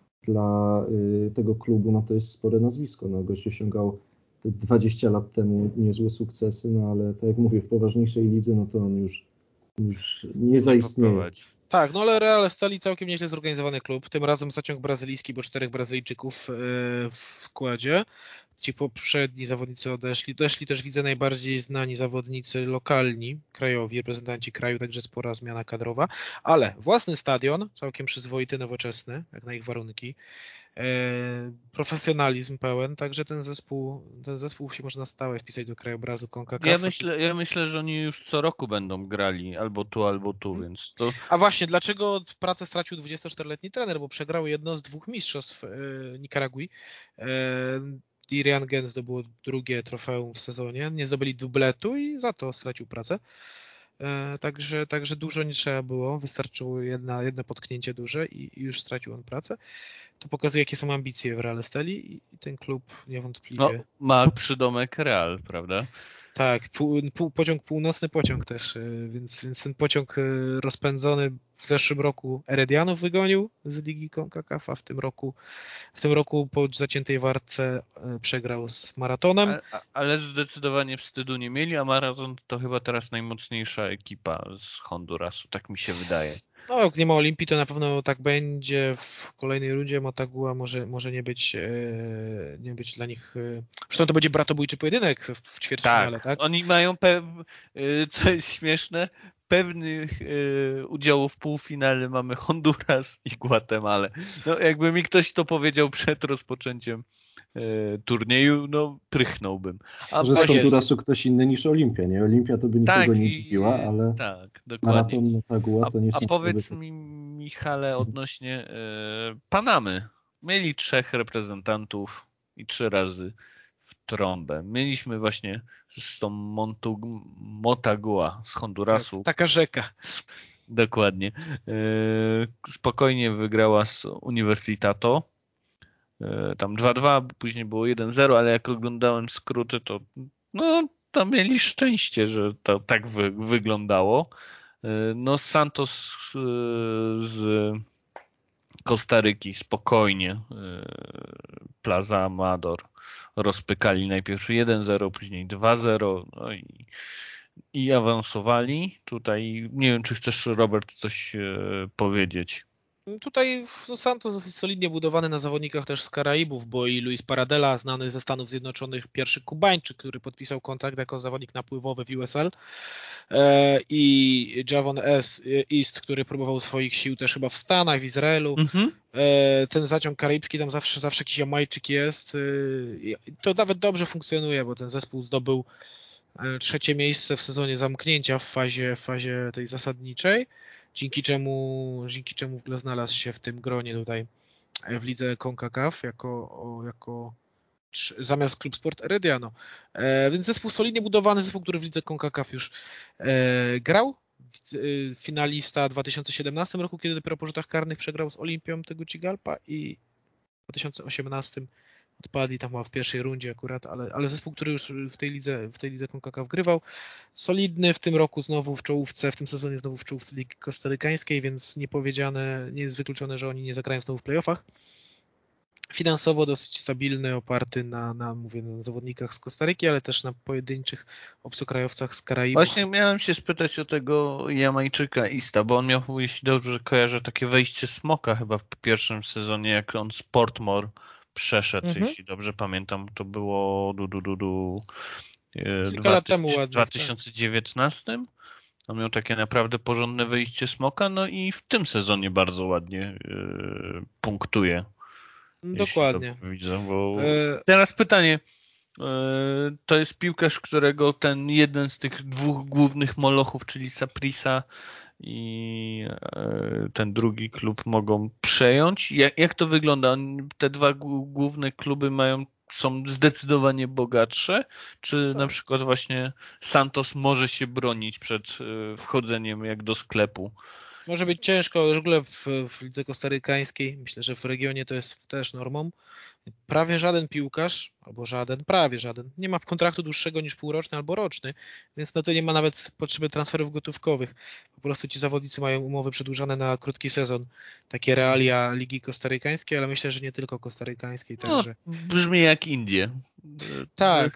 Speaker 2: tego klubu, no to jest spore nazwisko. No, gość osiągał 20 lat temu niezłe sukcesy, no ale tak jak mówię, w poważniejszej lidze, no to on już nie zaistnieje.
Speaker 3: Tak, no ale Real Esteli całkiem nieźle zorganizowany klub. Tym razem zaciąg brazylijski, bo 4 Brazylijczyków w składzie. Ci poprzedni zawodnicy odeszli. Doszli też, widzę, najbardziej znani zawodnicy lokalni, krajowi, reprezentanci kraju, także spora zmiana kadrowa. Ale własny stadion, całkiem przyzwoity, nowoczesny, jak na ich warunki. Profesjonalizm pełen, także ten zespół się można stałe wpisać do krajobrazu CONCACAF.
Speaker 1: Ja myślę, że oni już co roku będą grali albo tu, więc to...
Speaker 3: A właśnie, dlaczego pracę stracił 24-letni trener, bo przegrał jedno z 2 mistrzostw Nikaragui. Irian Gen zdobyło 2. trofeum w sezonie, nie zdobyli dubletu i za to stracił pracę. Także dużo nie trzeba było, wystarczyło jedno potknięcie duże i już stracił on pracę. To pokazuje, jakie są ambicje w Real Esteli i ten klub niewątpliwie...
Speaker 1: No, ma przydomek Real, prawda?
Speaker 3: Tak, pociąg północny pociąg też, więc ten pociąg rozpędzony w zeszłym roku Heredianów wygonił z Ligi CONCACAF, a w tym roku po zaciętej warce przegrał z Maratonem.
Speaker 1: Ale zdecydowanie wstydu nie mieli, a Maraton to chyba teraz najmocniejsza ekipa z Hondurasu, tak mi się wydaje.
Speaker 3: No, jak nie ma Olimpii, to na pewno tak będzie w kolejnej rundzie. Motagua może nie być dla nich. Zresztą to będzie bratobójczy pojedynek w ćwierćfinale, tak?
Speaker 1: Oni mają, co jest śmieszne, pewnych udziałów w półfinale mamy Honduras i Gwatemalę. No, jakby mi ktoś to powiedział przed rozpoczęciem turnieju, no prychnąłbym.
Speaker 2: Że z Hondurasu ktoś inny niż Olimpia, nie? Olimpia to by nikogo nie dziwiła, ale
Speaker 1: tak, dokładnie.
Speaker 2: Maraton Motagua to nie
Speaker 1: A powiedz mi, Michale, odnośnie Panamy. Mieli 3 reprezentantów i 3 razy w trąbę. Mieliśmy właśnie z tą Motagua z Hondurasu.
Speaker 3: Taka rzeka.
Speaker 1: Dokładnie. Spokojnie wygrała z Universitato. Tam 2-2, później było 1-0, ale jak oglądałem skróty, to no, tam mieli szczęście, że to tak wyglądało. No Santos z Kostaryki spokojnie Plaza Amador rozpykali najpierw 1-0, później 2-0, no i awansowali. Tutaj nie wiem, czy chcesz, Robert, coś powiedzieć.
Speaker 3: Tutaj Santos dosyć solidnie budowany na zawodnikach też z Karaibów, bo i Luis Paradela, znany ze Stanów Zjednoczonych, pierwszy Kubańczyk, który podpisał kontrakt jako zawodnik napływowy w USL, i Javon East, który próbował swoich sił też chyba w Stanach, w Izraelu. Ten zaciąg karaibski tam zawsze jakiś Jamajczyk jest. To nawet dobrze funkcjonuje, bo ten zespół zdobył 3. miejsce w sezonie zamknięcia w fazie tej zasadniczej, dzięki czemu w ogóle znalazł się w tym gronie tutaj w lidze CONCACAF jako zamiast Klub Sport Herediano. Więc zespół solidnie budowany, zespół, który w lidze CONCACAF już grał. Finalista w 2017 roku, kiedy dopiero po rzutach karnych przegrał z Olimpią Tegucigalpa, i w 2018 odpadli tam chyba w pierwszej rundzie akurat, ale zespół, który już w tej lidze CONCACAF grywał, solidny, w tym roku znowu w czołówce, w tym sezonie znowu w czołówce Ligi Kostarykańskiej, więc nie jest wykluczone, że oni nie zagrają znowu w playoffach. Finansowo dosyć stabilny, oparty na zawodnikach z Kostaryki, ale też na pojedynczych obcokrajowcach z Karaibów.
Speaker 1: Właśnie miałem się spytać o tego Jamajczyka Ista, bo on miał, jeśli dobrze kojarzę, takie wejście smoka chyba w pierwszym sezonie, jak on z Portmore przeszedł, jeśli dobrze pamiętam, to było
Speaker 3: kilka lat temu ładnie,
Speaker 1: 2019. Tak. On miał takie naprawdę porządne wejście smoka, no i w tym sezonie bardzo ładnie punktuje.
Speaker 3: Dokładnie.
Speaker 1: Widzę, bo teraz pytanie. To jest piłkarz, którego ten jeden z tych 2 głównych molochów, czyli Saprissa i ten drugi klub mogą przejąć. Jak to wygląda? Te 2 główne kluby są zdecydowanie bogatsze, czy na przykład właśnie Santos może się bronić przed wchodzeniem jak do sklepu?
Speaker 3: Może być ciężko, w ogóle w lidze kostarykańskiej, myślę, że w regionie to jest też normą. Prawie żaden piłkarz, prawie żaden, nie ma kontraktu dłuższego niż półroczny albo roczny, więc na to nie ma nawet potrzeby transferów gotówkowych. Po prostu ci zawodnicy mają umowy przedłużane na krótki sezon. Takie realia Ligi Kostarykańskiej, ale myślę, że nie tylko kostarykańskiej także.
Speaker 1: Brzmi jak Indie.
Speaker 3: Tak.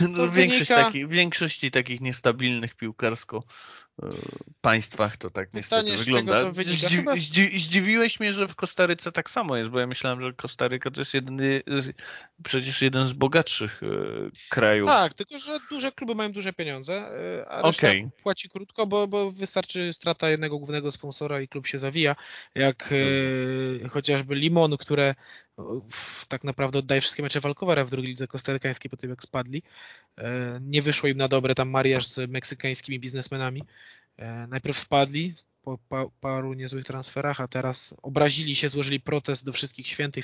Speaker 1: W większości takich niestabilnych piłkarsko państwach to tak niestety wygląda. Zdziwiłeś mnie, że w Kostaryce tak samo jest, bo ja myślałem, że Kostaryka to jest przecież jeden z bogatszych krajów.
Speaker 3: Tak, tylko że duże kluby mają duże pieniądze, a reszta płaci krótko, bo wystarczy strata jednego głównego sponsora i klub się zawija, jak chociażby Limon, które tak naprawdę oddaje wszystkie mecze walkowe w drugiej lidze kostarykańskiej po tym, jak spadli. Nie wyszło im na dobre tam mariaż z meksykańskimi biznesmenami. Najpierw spadli po paru niezłych transferach, a teraz obrazili się, złożyli protest do wszystkich świętych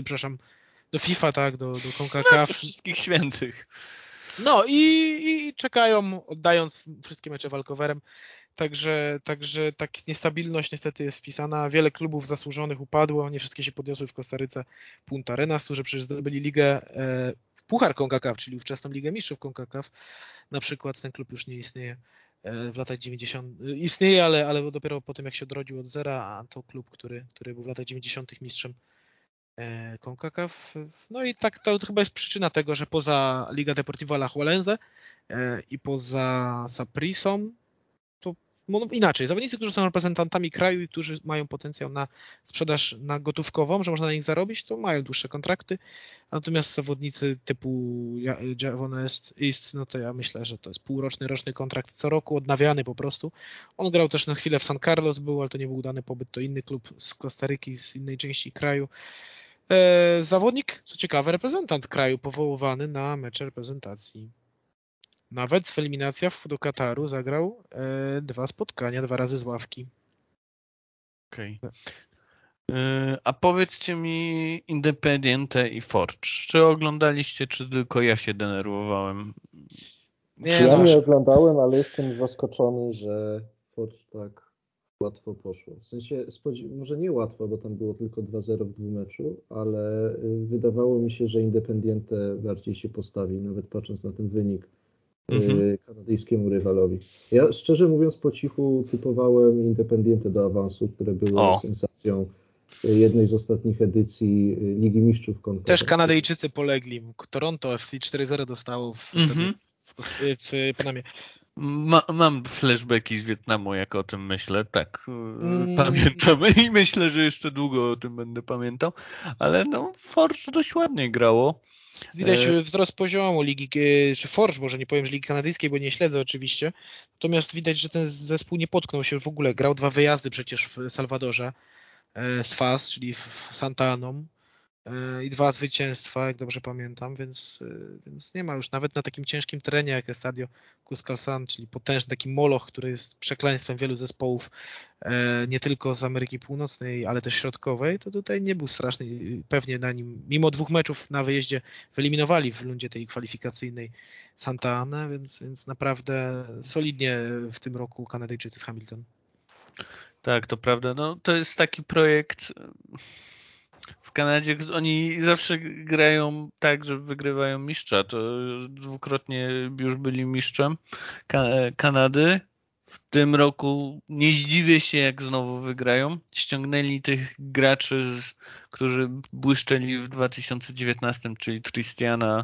Speaker 3: do FIFA, tak, do CONCACAF.
Speaker 1: Do wszystkich świętych.
Speaker 3: No i czekają, oddając wszystkie mecze walkowerem. Także tak niestabilność niestety jest wpisana. Wiele klubów zasłużonych upadło, nie wszystkie się podniosły w Kostaryce. Punta Arenas, którzy przecież zdobyli ligę Puchar CONCACAF, czyli ówczesną Ligę Mistrzów CONCACAF. Na przykład ten klub już nie istnieje w latach 90. Istnieje, ale dopiero po tym, jak się odrodził od zera, a to klub, który był w latach 90. mistrzem CONCACAF. No i tak to chyba jest przyczyna tego, że poza Liga Deportiva Alajuelense i poza Saprisą, to inaczej, zawodnicy, którzy są reprezentantami kraju i którzy mają potencjał na sprzedaż na gotówkową, że można na nich zarobić, to mają dłuższe kontrakty, natomiast zawodnicy typu Javon East, no to ja myślę, że to jest półroczny, roczny kontrakt co roku, odnawiany po prostu. On grał też na chwilę w San Carlos, ale to nie był udany pobyt, to inny klub z Kostaryki, z innej części kraju. Zawodnik, co ciekawe, reprezentant kraju powoływany na mecze reprezentacji. Nawet w eliminacjach do Kataru zagrał 2 spotkania, 2 razy z ławki.
Speaker 1: Okej. A powiedzcie mi Independiente i Forge. Czy oglądaliście, czy tylko ja się denerwowałem?
Speaker 2: Nie oglądałem, ale jestem zaskoczony, że Forge tak łatwo poszło. W sensie, może nie łatwo, bo tam było tylko 2-0 w dwumeczu, ale wydawało mi się, że Independiente bardziej się postawi, nawet patrząc na ten wynik kanadyjskiemu rywalowi. Ja szczerze mówiąc po cichu typowałem Independiente do awansu, które było sensacją jednej z ostatnich edycji Ligi Mistrzów CONCACAF.
Speaker 3: Też Kanadyjczycy polegli. Toronto FC 4-0 dostało wtedy w Panamie.
Speaker 1: Mam flashbacki z Wietnamu, jak o tym myślę, tak. Pamiętam i myślę, że jeszcze długo o tym będę pamiętał, ale no Forge dość ładnie grało.
Speaker 3: Widać wzrost poziomu ligi, czy Forge, może nie powiem, że ligi kanadyjskiej, bo nie śledzę oczywiście, natomiast widać, że ten zespół nie potknął się w ogóle. Grał 2 wyjazdy przecież w Salwadorze z FAS, czyli w Santa Aną i 2 zwycięstwa, jak dobrze pamiętam, więc nie ma już nawet na takim ciężkim terenie jak Estadio Cuscalsan, czyli potężny taki moloch, który jest przekleństwem wielu zespołów, nie tylko z Ameryki Północnej, ale też Środkowej, to tutaj nie był straszny. Pewnie na nim, mimo 2 meczów na wyjeździe, wyeliminowali w rundzie tej kwalifikacyjnej Santa Ana, więc naprawdę solidnie w tym roku Kanadyjczycy z Hamilton.
Speaker 1: Tak, to prawda. No, to jest taki projekt w Kanadzie, oni zawsze grają tak, że wygrywają mistrza. To dwukrotnie już byli mistrzem Kanady. W tym roku nie zdziwię się, jak znowu wygrają. Ściągnęli tych graczy, którzy błyszczeli w 2019, czyli Tristiana,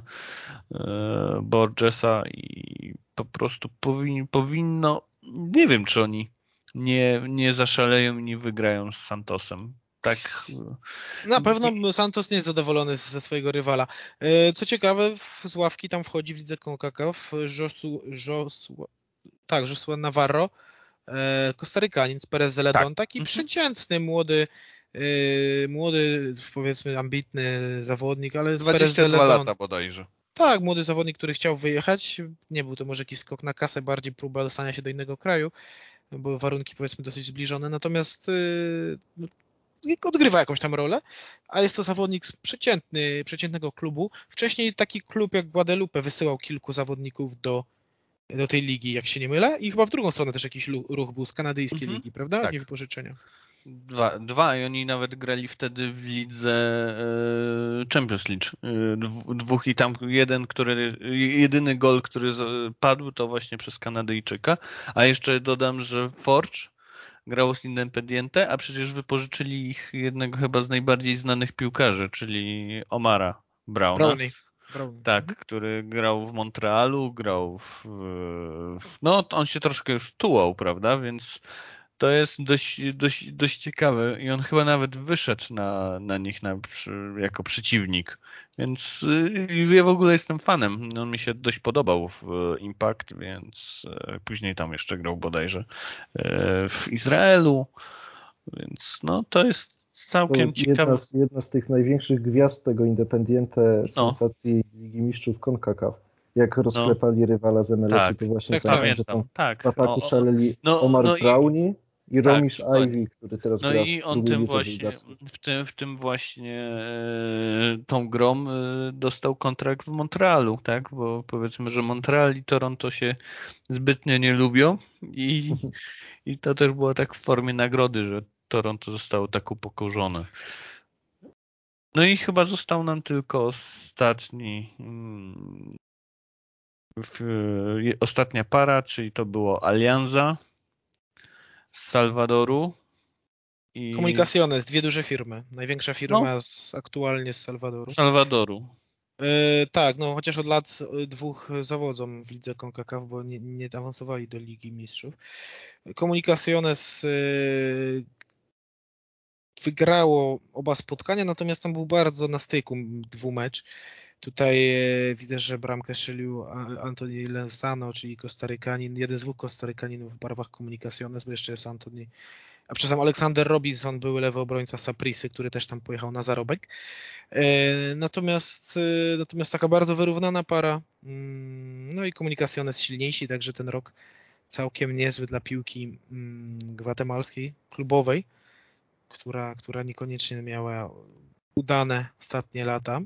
Speaker 1: Borgesa i po prostu powinno, nie wiem, czy oni nie zaszaleją i nie wygrają z Santosem. Tak.
Speaker 3: Na pewno Santos nie jest zadowolony ze swojego rywala. Co ciekawe, z ławki tam wchodzi w lidze CONCACAF Joshua Navarro, Kostarykanin z Perez Zeledon, taki przeciętny, młody, powiedzmy ambitny zawodnik, ale z Perez Zeledon.
Speaker 1: 22 lata bodajże.
Speaker 3: Tak, młody zawodnik, który chciał wyjechać. Nie był to może jakiś skok na kasę, bardziej próba dostania się do innego kraju, bo warunki powiedzmy dosyć zbliżone, natomiast odgrywa jakąś tam rolę, a jest to zawodnik z przeciętnego klubu. Wcześniej taki klub jak Guadalupe wysyłał kilku zawodników do tej ligi, jak się nie mylę, i chyba w drugą stronę też jakiś ruch był z kanadyjskiej ligi, prawda?
Speaker 1: Tak.
Speaker 3: Nie wypożyczenia.
Speaker 1: Dwa i oni nawet grali wtedy w lidze Champions League. 2 i tam jedyny gol, który padł, to właśnie przez Kanadyjczyka. A jeszcze dodam, że Forge grało z Independiente, a przecież wypożyczyli ich jednego chyba z najbardziej znanych piłkarzy, czyli Omara Browna. Tak, który grał w Montrealu, grał no on się troszkę już tułał, prawda, więc to jest dość ciekawe i on chyba nawet wyszedł na nich jako przeciwnik, więc ja w ogóle jestem fanem, on mi się dość podobał w Impact, więc później tam jeszcze grał bodajże w Izraelu, więc no to jest całkiem ciekawe.
Speaker 2: Jedna z tych największych gwiazd tego Independiente sensacji Ligi Mistrzów CONCACAF. Jak rozklepali rywala z MLS-u, to właśnie pamiętam, że tam w ataku szaleli Omar Brownie i Romisz Ivy, który teraz gra
Speaker 1: i on tym właśnie, w tym właśnie tą grą dostał kontrakt w Montrealu, tak? Bo powiedzmy, że Montreal i Toronto się zbytnio nie lubią i to też było tak w formie nagrody, że Toronto zostało tak upokorzone. No i chyba został nam tylko ostatnia para, czyli to było Alianza z Salwadoru i
Speaker 3: Comunicaciones, dwie duże firmy. Największa firma
Speaker 1: no,
Speaker 3: aktualnie z Salwadoru.
Speaker 1: Salwadoru.
Speaker 3: Tak, no chociaż od lat dwóch zawodzą w lidze CONCACAF, bo nie awansowali do Ligi Mistrzów. Comunicaciones wygrało oba spotkania, natomiast tam był bardzo na styku dwumecz. Tutaj widzę, że bramkę strzelił Anthony Lenzano, czyli Kostarykanin, jeden z dwóch Kostarykaninów w barwach Comunicaciones, bo jeszcze jest Aleksander Robinson, były lewy obrońca Saprisy, który też tam pojechał na zarobek. Natomiast taka bardzo wyrównana para. No i Comunicaciones silniejsi, także ten rok całkiem niezły dla piłki gwatemalskiej, klubowej, która niekoniecznie miała udane ostatnie lata.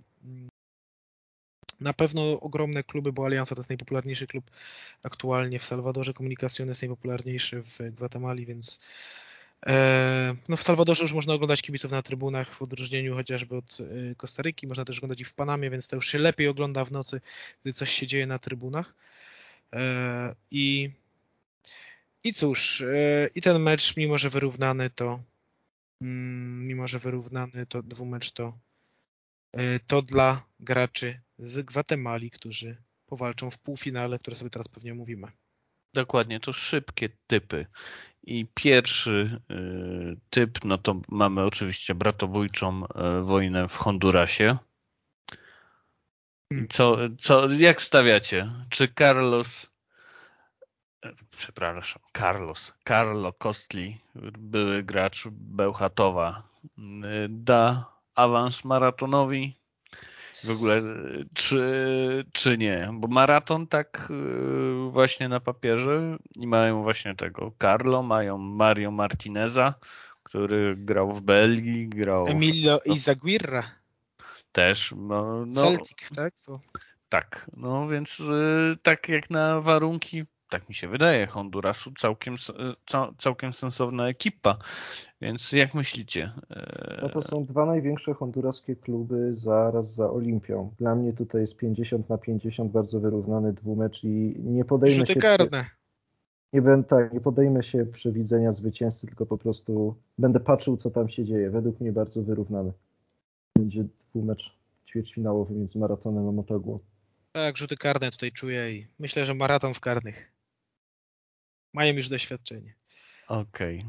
Speaker 3: Na pewno ogromne kluby, bo Alianza to jest najpopularniejszy klub aktualnie w Salwadorze, Comunicaciones jest najpopularniejszy w Gwatemali, więc no w Salwadorze już można oglądać kibiców na trybunach, w odróżnieniu chociażby od Kostaryki, można też oglądać ich w Panamie, więc to już się lepiej ogląda w nocy, gdy coś się dzieje na trybunach. I cóż, i ten mecz, mimo że wyrównany, to dwumecz to dla graczy z Gwatemali, którzy powalczą w półfinale, które sobie teraz pewnie omówimy.
Speaker 1: Dokładnie, to szybkie typy. I pierwszy typ, no to mamy oczywiście bratobójczą wojnę w Hondurasie. Jak stawiacie? Czy Carlo Kostli, były gracz Bełchatowa, da awans maratonowi? W ogóle czy nie? Bo maraton tak właśnie na papierze i mają właśnie tego Carlo, mają Mario Martineza, który grał w Belgii,
Speaker 3: Emilio Izaguirre,
Speaker 1: też,
Speaker 3: Celtic, tak?
Speaker 1: tak, no więc tak jak na warunki, tak mi się wydaje, Hondurasu całkiem sensowna ekipa, więc jak myślicie?
Speaker 2: No to są dwa największe honduraskie kluby zaraz za Olimpią. Dla mnie tutaj jest 50-50, bardzo wyrównany dwumecz i nie podejmę
Speaker 3: Rzuty
Speaker 2: się...
Speaker 3: karne.
Speaker 2: Nie podejmę się przewidzenia zwycięzcy, tylko po prostu będę patrzył, co tam się dzieje. Według mnie bardzo wyrównany. Będzie dwumecz ćwierćfinałowy między Maratonem a Motogłą.
Speaker 3: Tak, rzuty karne tutaj czuję i myślę, że maraton w karnych. Mają już doświadczenie.
Speaker 1: Okej.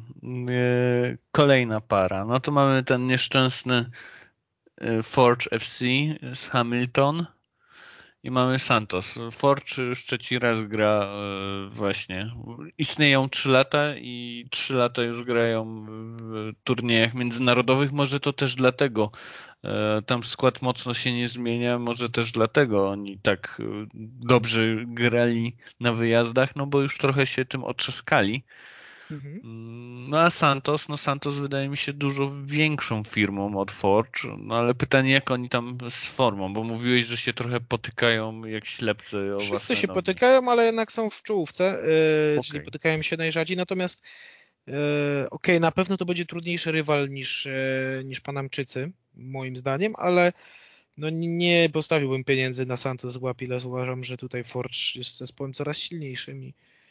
Speaker 1: Kolejna para. No to mamy ten nieszczęsny Forge FC z Hamilton i mamy Santos. Forge już trzeci raz gra właśnie. Istnieją 3 lata i 3 lata już grają w turniejach międzynarodowych. Może to też dlatego tam skład mocno się nie zmienia. Może też dlatego oni tak dobrze grali na wyjazdach, no bo już trochę się tym otrzaskali. No a Santos wydaje mi się dużo większą firmą od Forge, no ale pytanie jak oni tam z formą, bo mówiłeś, że się trochę potykają jak ślepcy o
Speaker 3: Wszyscy
Speaker 1: własne
Speaker 3: się
Speaker 1: nogi.
Speaker 3: potykają, ale jednak są w czołówce, czyli
Speaker 1: Okej.
Speaker 3: potykają się najrzadziej, natomiast okej, na pewno to będzie trudniejszy rywal niż Panamczycy, moim zdaniem, ale no nie postawiłbym pieniędzy na Santos Guapiles. Uważam, że tutaj Forge jest zespołem coraz silniejszym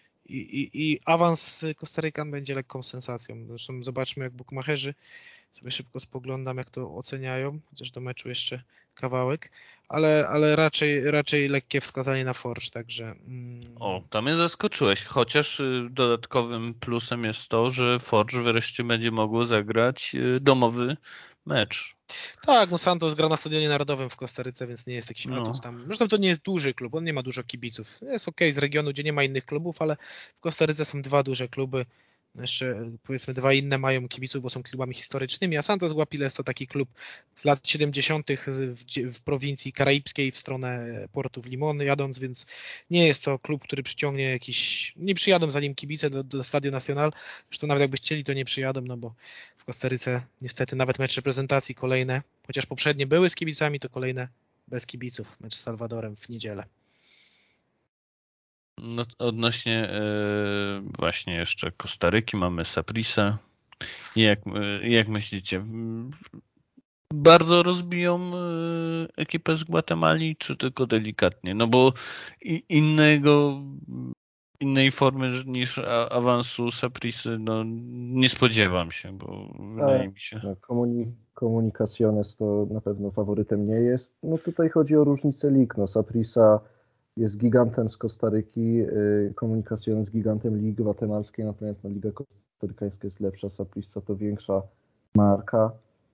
Speaker 3: i awans Kostarykan będzie lekką sensacją. Zresztą zobaczmy, jak bukmacherzy, sobie szybko spoglądam, jak to oceniają, chociaż do meczu jeszcze kawałek, ale raczej lekkie wskazanie na Forge, także...
Speaker 1: O, tam mnie zaskoczyłeś, chociaż dodatkowym plusem jest to, że Forge wreszcie będzie mogło zagrać domowy mecz.
Speaker 3: Tak, no Santos gra na Stadionie Narodowym w Kostaryce, więc nie jest jakiś atut
Speaker 1: No.
Speaker 3: tam. Zresztą to nie jest duży klub, on nie ma dużo kibiców. Jest okej z regionu, gdzie nie ma innych klubów, ale w Kostaryce są dwa duże kluby. Jeszcze powiedzmy dwa inne mają kibiców, bo są klubami historycznymi, a Santos Guapiles to taki klub z lat 70. w prowincji karaibskiej w stronę portu w Limon jadąc, więc nie jest to klub, który przyciągnie jakiś... Nie przyjadą za nim kibice do Stadio Nacional. Zresztą nawet jakby chcieli, to nie przyjadą, no bo w Kostaryce niestety nawet mecz reprezentacji kolejne, chociaż poprzednie były z kibicami, to kolejne bez kibiców. Mecz z Salwadorem w niedzielę.
Speaker 1: No, odnośnie właśnie jeszcze Kostaryki mamy Saprisę. Jak myślicie? bardzo rozbiją ekipę z Gwatemali, czy tylko delikatnie? No bo innej formy niż awansu Saprisy no, nie spodziewam się, bo wydaje mi się.
Speaker 2: No, Comunicaciones to na pewno faworytem nie jest. No tutaj chodzi o różnicę lig. No, Saprissa jest gigantem z Kostaryki, Comunicaciones gigantem Ligi Gwatemalskiej, natomiast no, Liga Kostarykańska jest lepsza, Saprissa to większa marka.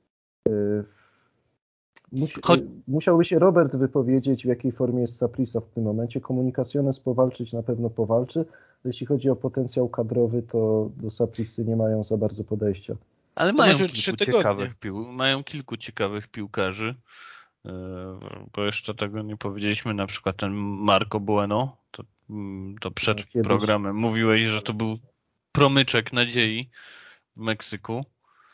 Speaker 2: Musiałby się Robert wypowiedzieć, w jakiej formie jest Saprissa w tym momencie. Comunicaciones powalczyć na pewno powalczy. Jeśli chodzi o potencjał kadrowy, to do Saprissy nie mają za bardzo podejścia.
Speaker 1: Ale mają kilku ciekawych piłkarzy, bo jeszcze tego nie powiedzieliśmy, na przykład ten Marco Bueno, to przed programem mówiłeś, że to był promyczek nadziei w Meksyku.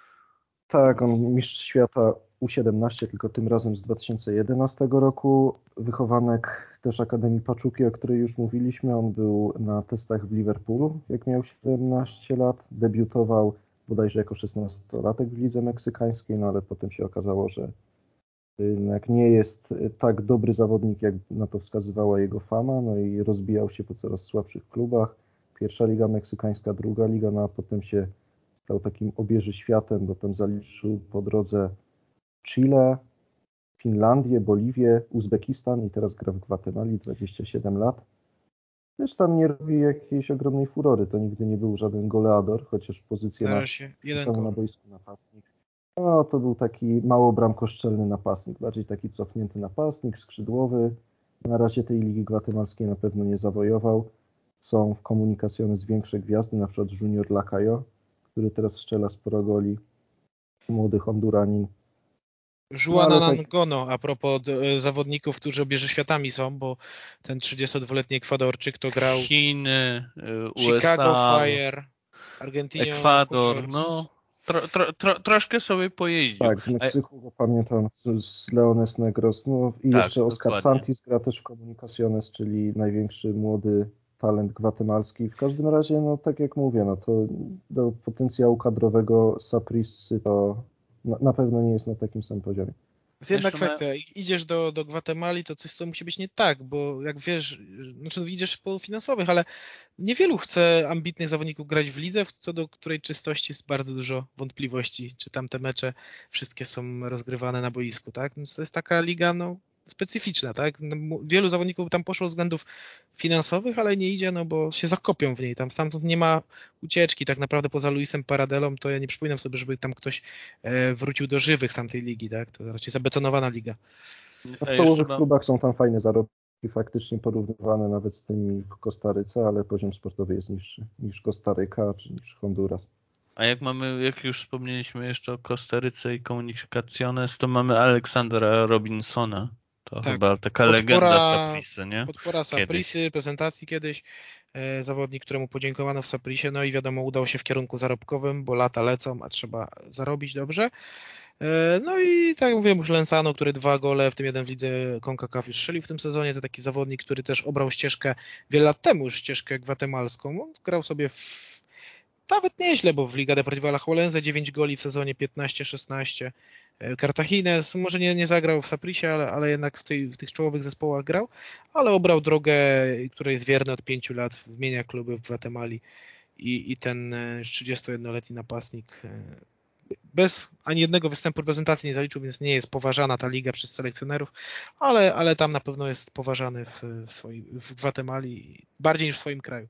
Speaker 2: Tak, on mistrz świata U17, tylko tym razem z 2011 roku. Wychowanek też Akademii Paczuki, o której już mówiliśmy. On był na testach w Liverpoolu, jak miał 17 lat. Debiutował bodajże jako 16-latek w lidze meksykańskiej, no ale potem się okazało, że jednak nie jest tak dobry zawodnik, jak na to wskazywała jego fama, no i rozbijał się po coraz słabszych klubach. Pierwsza liga meksykańska, druga liga, no a potem się stał takim obieży światem, bo tam zaliczył po drodze Chile, Finlandię, Boliwię, Uzbekistan i teraz gra w Gwatemali, 27 lat. Też tam nie robi jakiejś ogromnej furory, to nigdy nie był żaden goleador, chociaż pozycję na boisku napastnik. No, to był taki mało bramkoszczelny napastnik, bardziej taki cofnięty napastnik, skrzydłowy. Na razie tej Ligi Gwatemalskiej na pewno nie zawojował. Są w Comunicaciones większe gwiazdy, na przykład Junior Lacayo, który teraz strzela sporo goli. Młody Honduranin.
Speaker 3: Juan Anangono, a propos zawodników, którzy obieży światami są, bo ten 32-letni Ekwadorczyk to grał
Speaker 1: Chiny,
Speaker 3: Chicago
Speaker 1: USA,
Speaker 3: Fire, Argentina,
Speaker 1: Ekwador, no troszkę sobie pojeździł.
Speaker 2: Tak, z Meksyku, bo pamiętam z Leones Negros, no i
Speaker 1: tak,
Speaker 2: jeszcze Oscar
Speaker 1: dokładnie.
Speaker 2: Santis gra też w Comunicaciones, czyli największy młody talent gwatemalski. W każdym razie, no tak jak mówię, no to do potencjału kadrowego Saprissy to na pewno nie jest na takim samym poziomie.
Speaker 3: Jest jedna kwestia, idziesz do Gwatemali, to coś, co musi być nie tak, bo jak wiesz, znaczy idziesz w finansowych, ale niewielu chce ambitnych zawodników grać w lidze, co do której czystości jest bardzo dużo wątpliwości, czy tam te mecze wszystkie są rozgrywane na boisku, tak? Więc to jest taka liga, no, specyficzna, tak? Wielu zawodników tam poszło z względów finansowych, ale nie idzie, no bo się zakopią w niej, tam stamtąd nie ma ucieczki, tak naprawdę poza Luisem Paradelą, to ja nie przypominam sobie, żeby tam ktoś wrócił do żywych z tamtej ligi, tak? To raczej zabetonowana liga.
Speaker 2: No w czołowych klubach są tam fajne zarobki, faktycznie porównywane nawet z tymi w Kostaryce, ale poziom sportowy jest niższy niż Kostaryka czy niż Honduras.
Speaker 1: A jak już wspomnieliśmy jeszcze o Kostaryce i Comunicaciones, to mamy Aleksandra Robinsona. To tak, chyba taka legenda Saprissy, nie?
Speaker 3: Podpora Saprissy, prezentacji kiedyś. Zawodnik, któremu podziękowano w Saprisie, no i wiadomo, udał się w kierunku zarobkowym, bo lata lecą, a trzeba zarobić dobrze. No i tak jak mówiłem, już Lenzano, który 2 gole, w tym jeden w lidze CONCACAF już strzelił w tym sezonie, to taki zawodnik, który też obrał ścieżkę wiele lat temu już ścieżkę gwatemalską. On grał sobie nawet nieźle, bo w Liga Deportiva Alajuelense 9 goli w sezonie 15-16. Cartagines może nie zagrał w Saprisie, ale jednak w tych czołowych zespołach grał, ale obrał drogę, która jest wierna od 5 lat, wymienia kluby w Gwatemali i ten 31-letni napastnik bez ani jednego występu reprezentacji nie zaliczył, więc nie jest poważana ta liga przez selekcjonerów, ale tam na pewno jest poważany w Gwatemali bardziej niż w swoim kraju.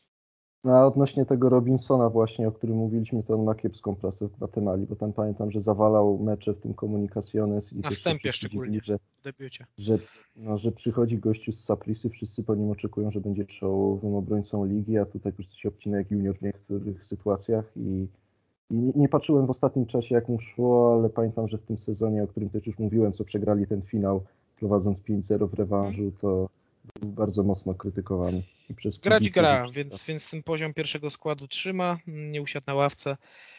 Speaker 2: No a odnośnie tego Robinsona właśnie, o którym mówiliśmy, to on ma kiepską prasę w Gwatemali, bo tam pamiętam, że zawalał mecze w tym Comunicaciones i
Speaker 3: na wstępie szczególnie, w debiucie.
Speaker 2: Że przychodzi gościu z Saprissy, wszyscy po nim oczekują, że będzie czołowym obrońcą ligi, a tutaj po prostu się obcina jak junior w niektórych sytuacjach i nie patrzyłem w ostatnim czasie, jak mu szło, ale pamiętam, że w tym sezonie, o którym też już mówiłem, co przegrali ten finał, prowadząc 5-0 w rewanżu, to był bardzo mocno krytykowany.
Speaker 3: Gra, więc ten poziom pierwszego składu trzyma, nie usiadł na ławce,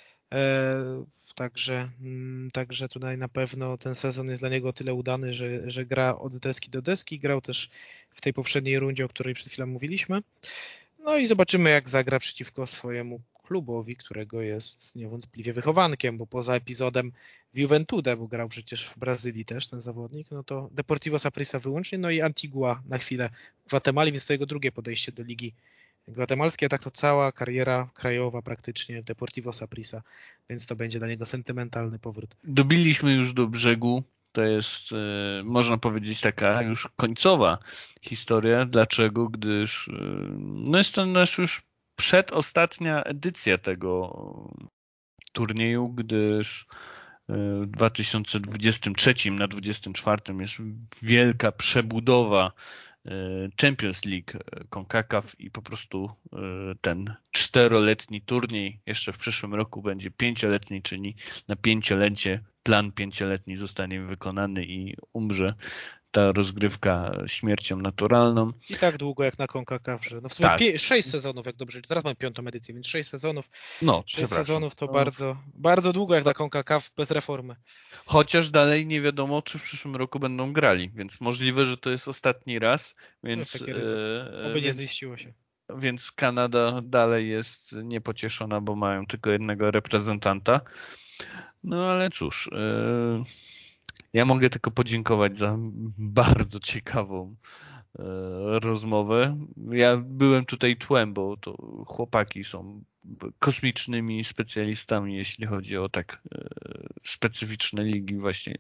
Speaker 3: także tutaj na pewno ten sezon jest dla niego o tyle udany, że gra od deski do deski, grał też w tej poprzedniej rundzie, o której przed chwilą mówiliśmy. No i zobaczymy, jak zagra przeciwko swojemu klubowi, którego jest niewątpliwie wychowankiem, bo poza epizodem w Juventude, bo grał przecież w Brazylii też ten zawodnik, no to Deportivo Saprissa wyłącznie, no i Antigua na chwilę w Gwatemali, więc to jego drugie podejście do ligi gwatemalskiej, a tak to cała kariera krajowa praktycznie w Deportivo Saprissa, więc to będzie dla niego sentymentalny powrót.
Speaker 1: Dobiliśmy już do brzegu. To jest, można powiedzieć, taka już końcowa historia. Dlaczego? Gdyż no jest to nasz już przedostatnia edycja tego turnieju, gdyż w 2023 na 2024 jest wielka przebudowa Champions League CONCACAF i po prostu ten 4-letni turniej jeszcze w przyszłym roku będzie 5-letni, czyli na 5-lecie plan 5-letni zostanie wykonany i umrze ta rozgrywka śmiercią naturalną.
Speaker 3: I tak długo jak na CONCACAF, że no w sumie
Speaker 1: Tak.
Speaker 3: 6 sezonów, jak dobrze, teraz mamy 5. edycję, więc 6 sezonów.
Speaker 1: No,
Speaker 3: 6
Speaker 1: przepraszam.
Speaker 3: sezonów to bardzo, bardzo długo jak na CONCACAF bez reformy.
Speaker 1: Chociaż dalej nie wiadomo, czy w przyszłym roku będą grali, więc możliwe, że to jest ostatni raz, więc,
Speaker 3: takie ryzyko. Oby nie ziściło się.
Speaker 1: Więc Kanada dalej jest niepocieszona, bo mają tylko jednego reprezentanta. No ale cóż, ja mogę tylko podziękować za bardzo ciekawą rozmowę. Ja byłem tutaj tłem, bo to chłopaki są kosmicznymi specjalistami, jeśli chodzi o tak specyficzne ligi właśnie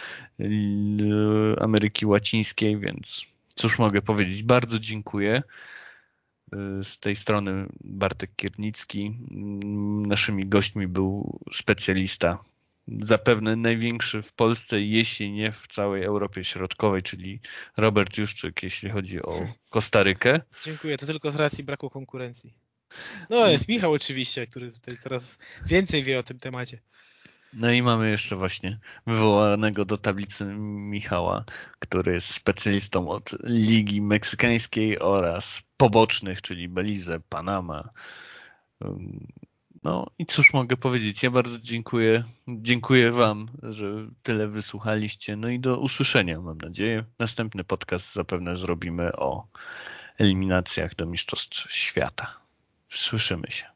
Speaker 1: Ameryki Łacińskiej, więc cóż mogę powiedzieć. Bardzo dziękuję. Z tej strony Bartek Kiernicki. Naszymi gośćmi był specjalista, zapewne największy w Polsce, jeśli nie w całej Europie Środkowej, czyli Robert Juszczyk, jeśli chodzi o Kostarykę.
Speaker 3: Dziękuję, to tylko z racji braku konkurencji. No jest Michał oczywiście, który tutaj coraz więcej wie o tym temacie.
Speaker 1: No i mamy jeszcze właśnie wywołanego do tablicy Michała, który jest specjalistą od Ligi Meksykańskiej oraz pobocznych, czyli Belize, Panama. No i cóż mogę powiedzieć, ja bardzo dziękuję. Dziękuję Wam, że tyle wysłuchaliście. No i do usłyszenia, mam nadzieję. Następny podcast zapewne zrobimy o eliminacjach do Mistrzostw Świata. Słyszymy się.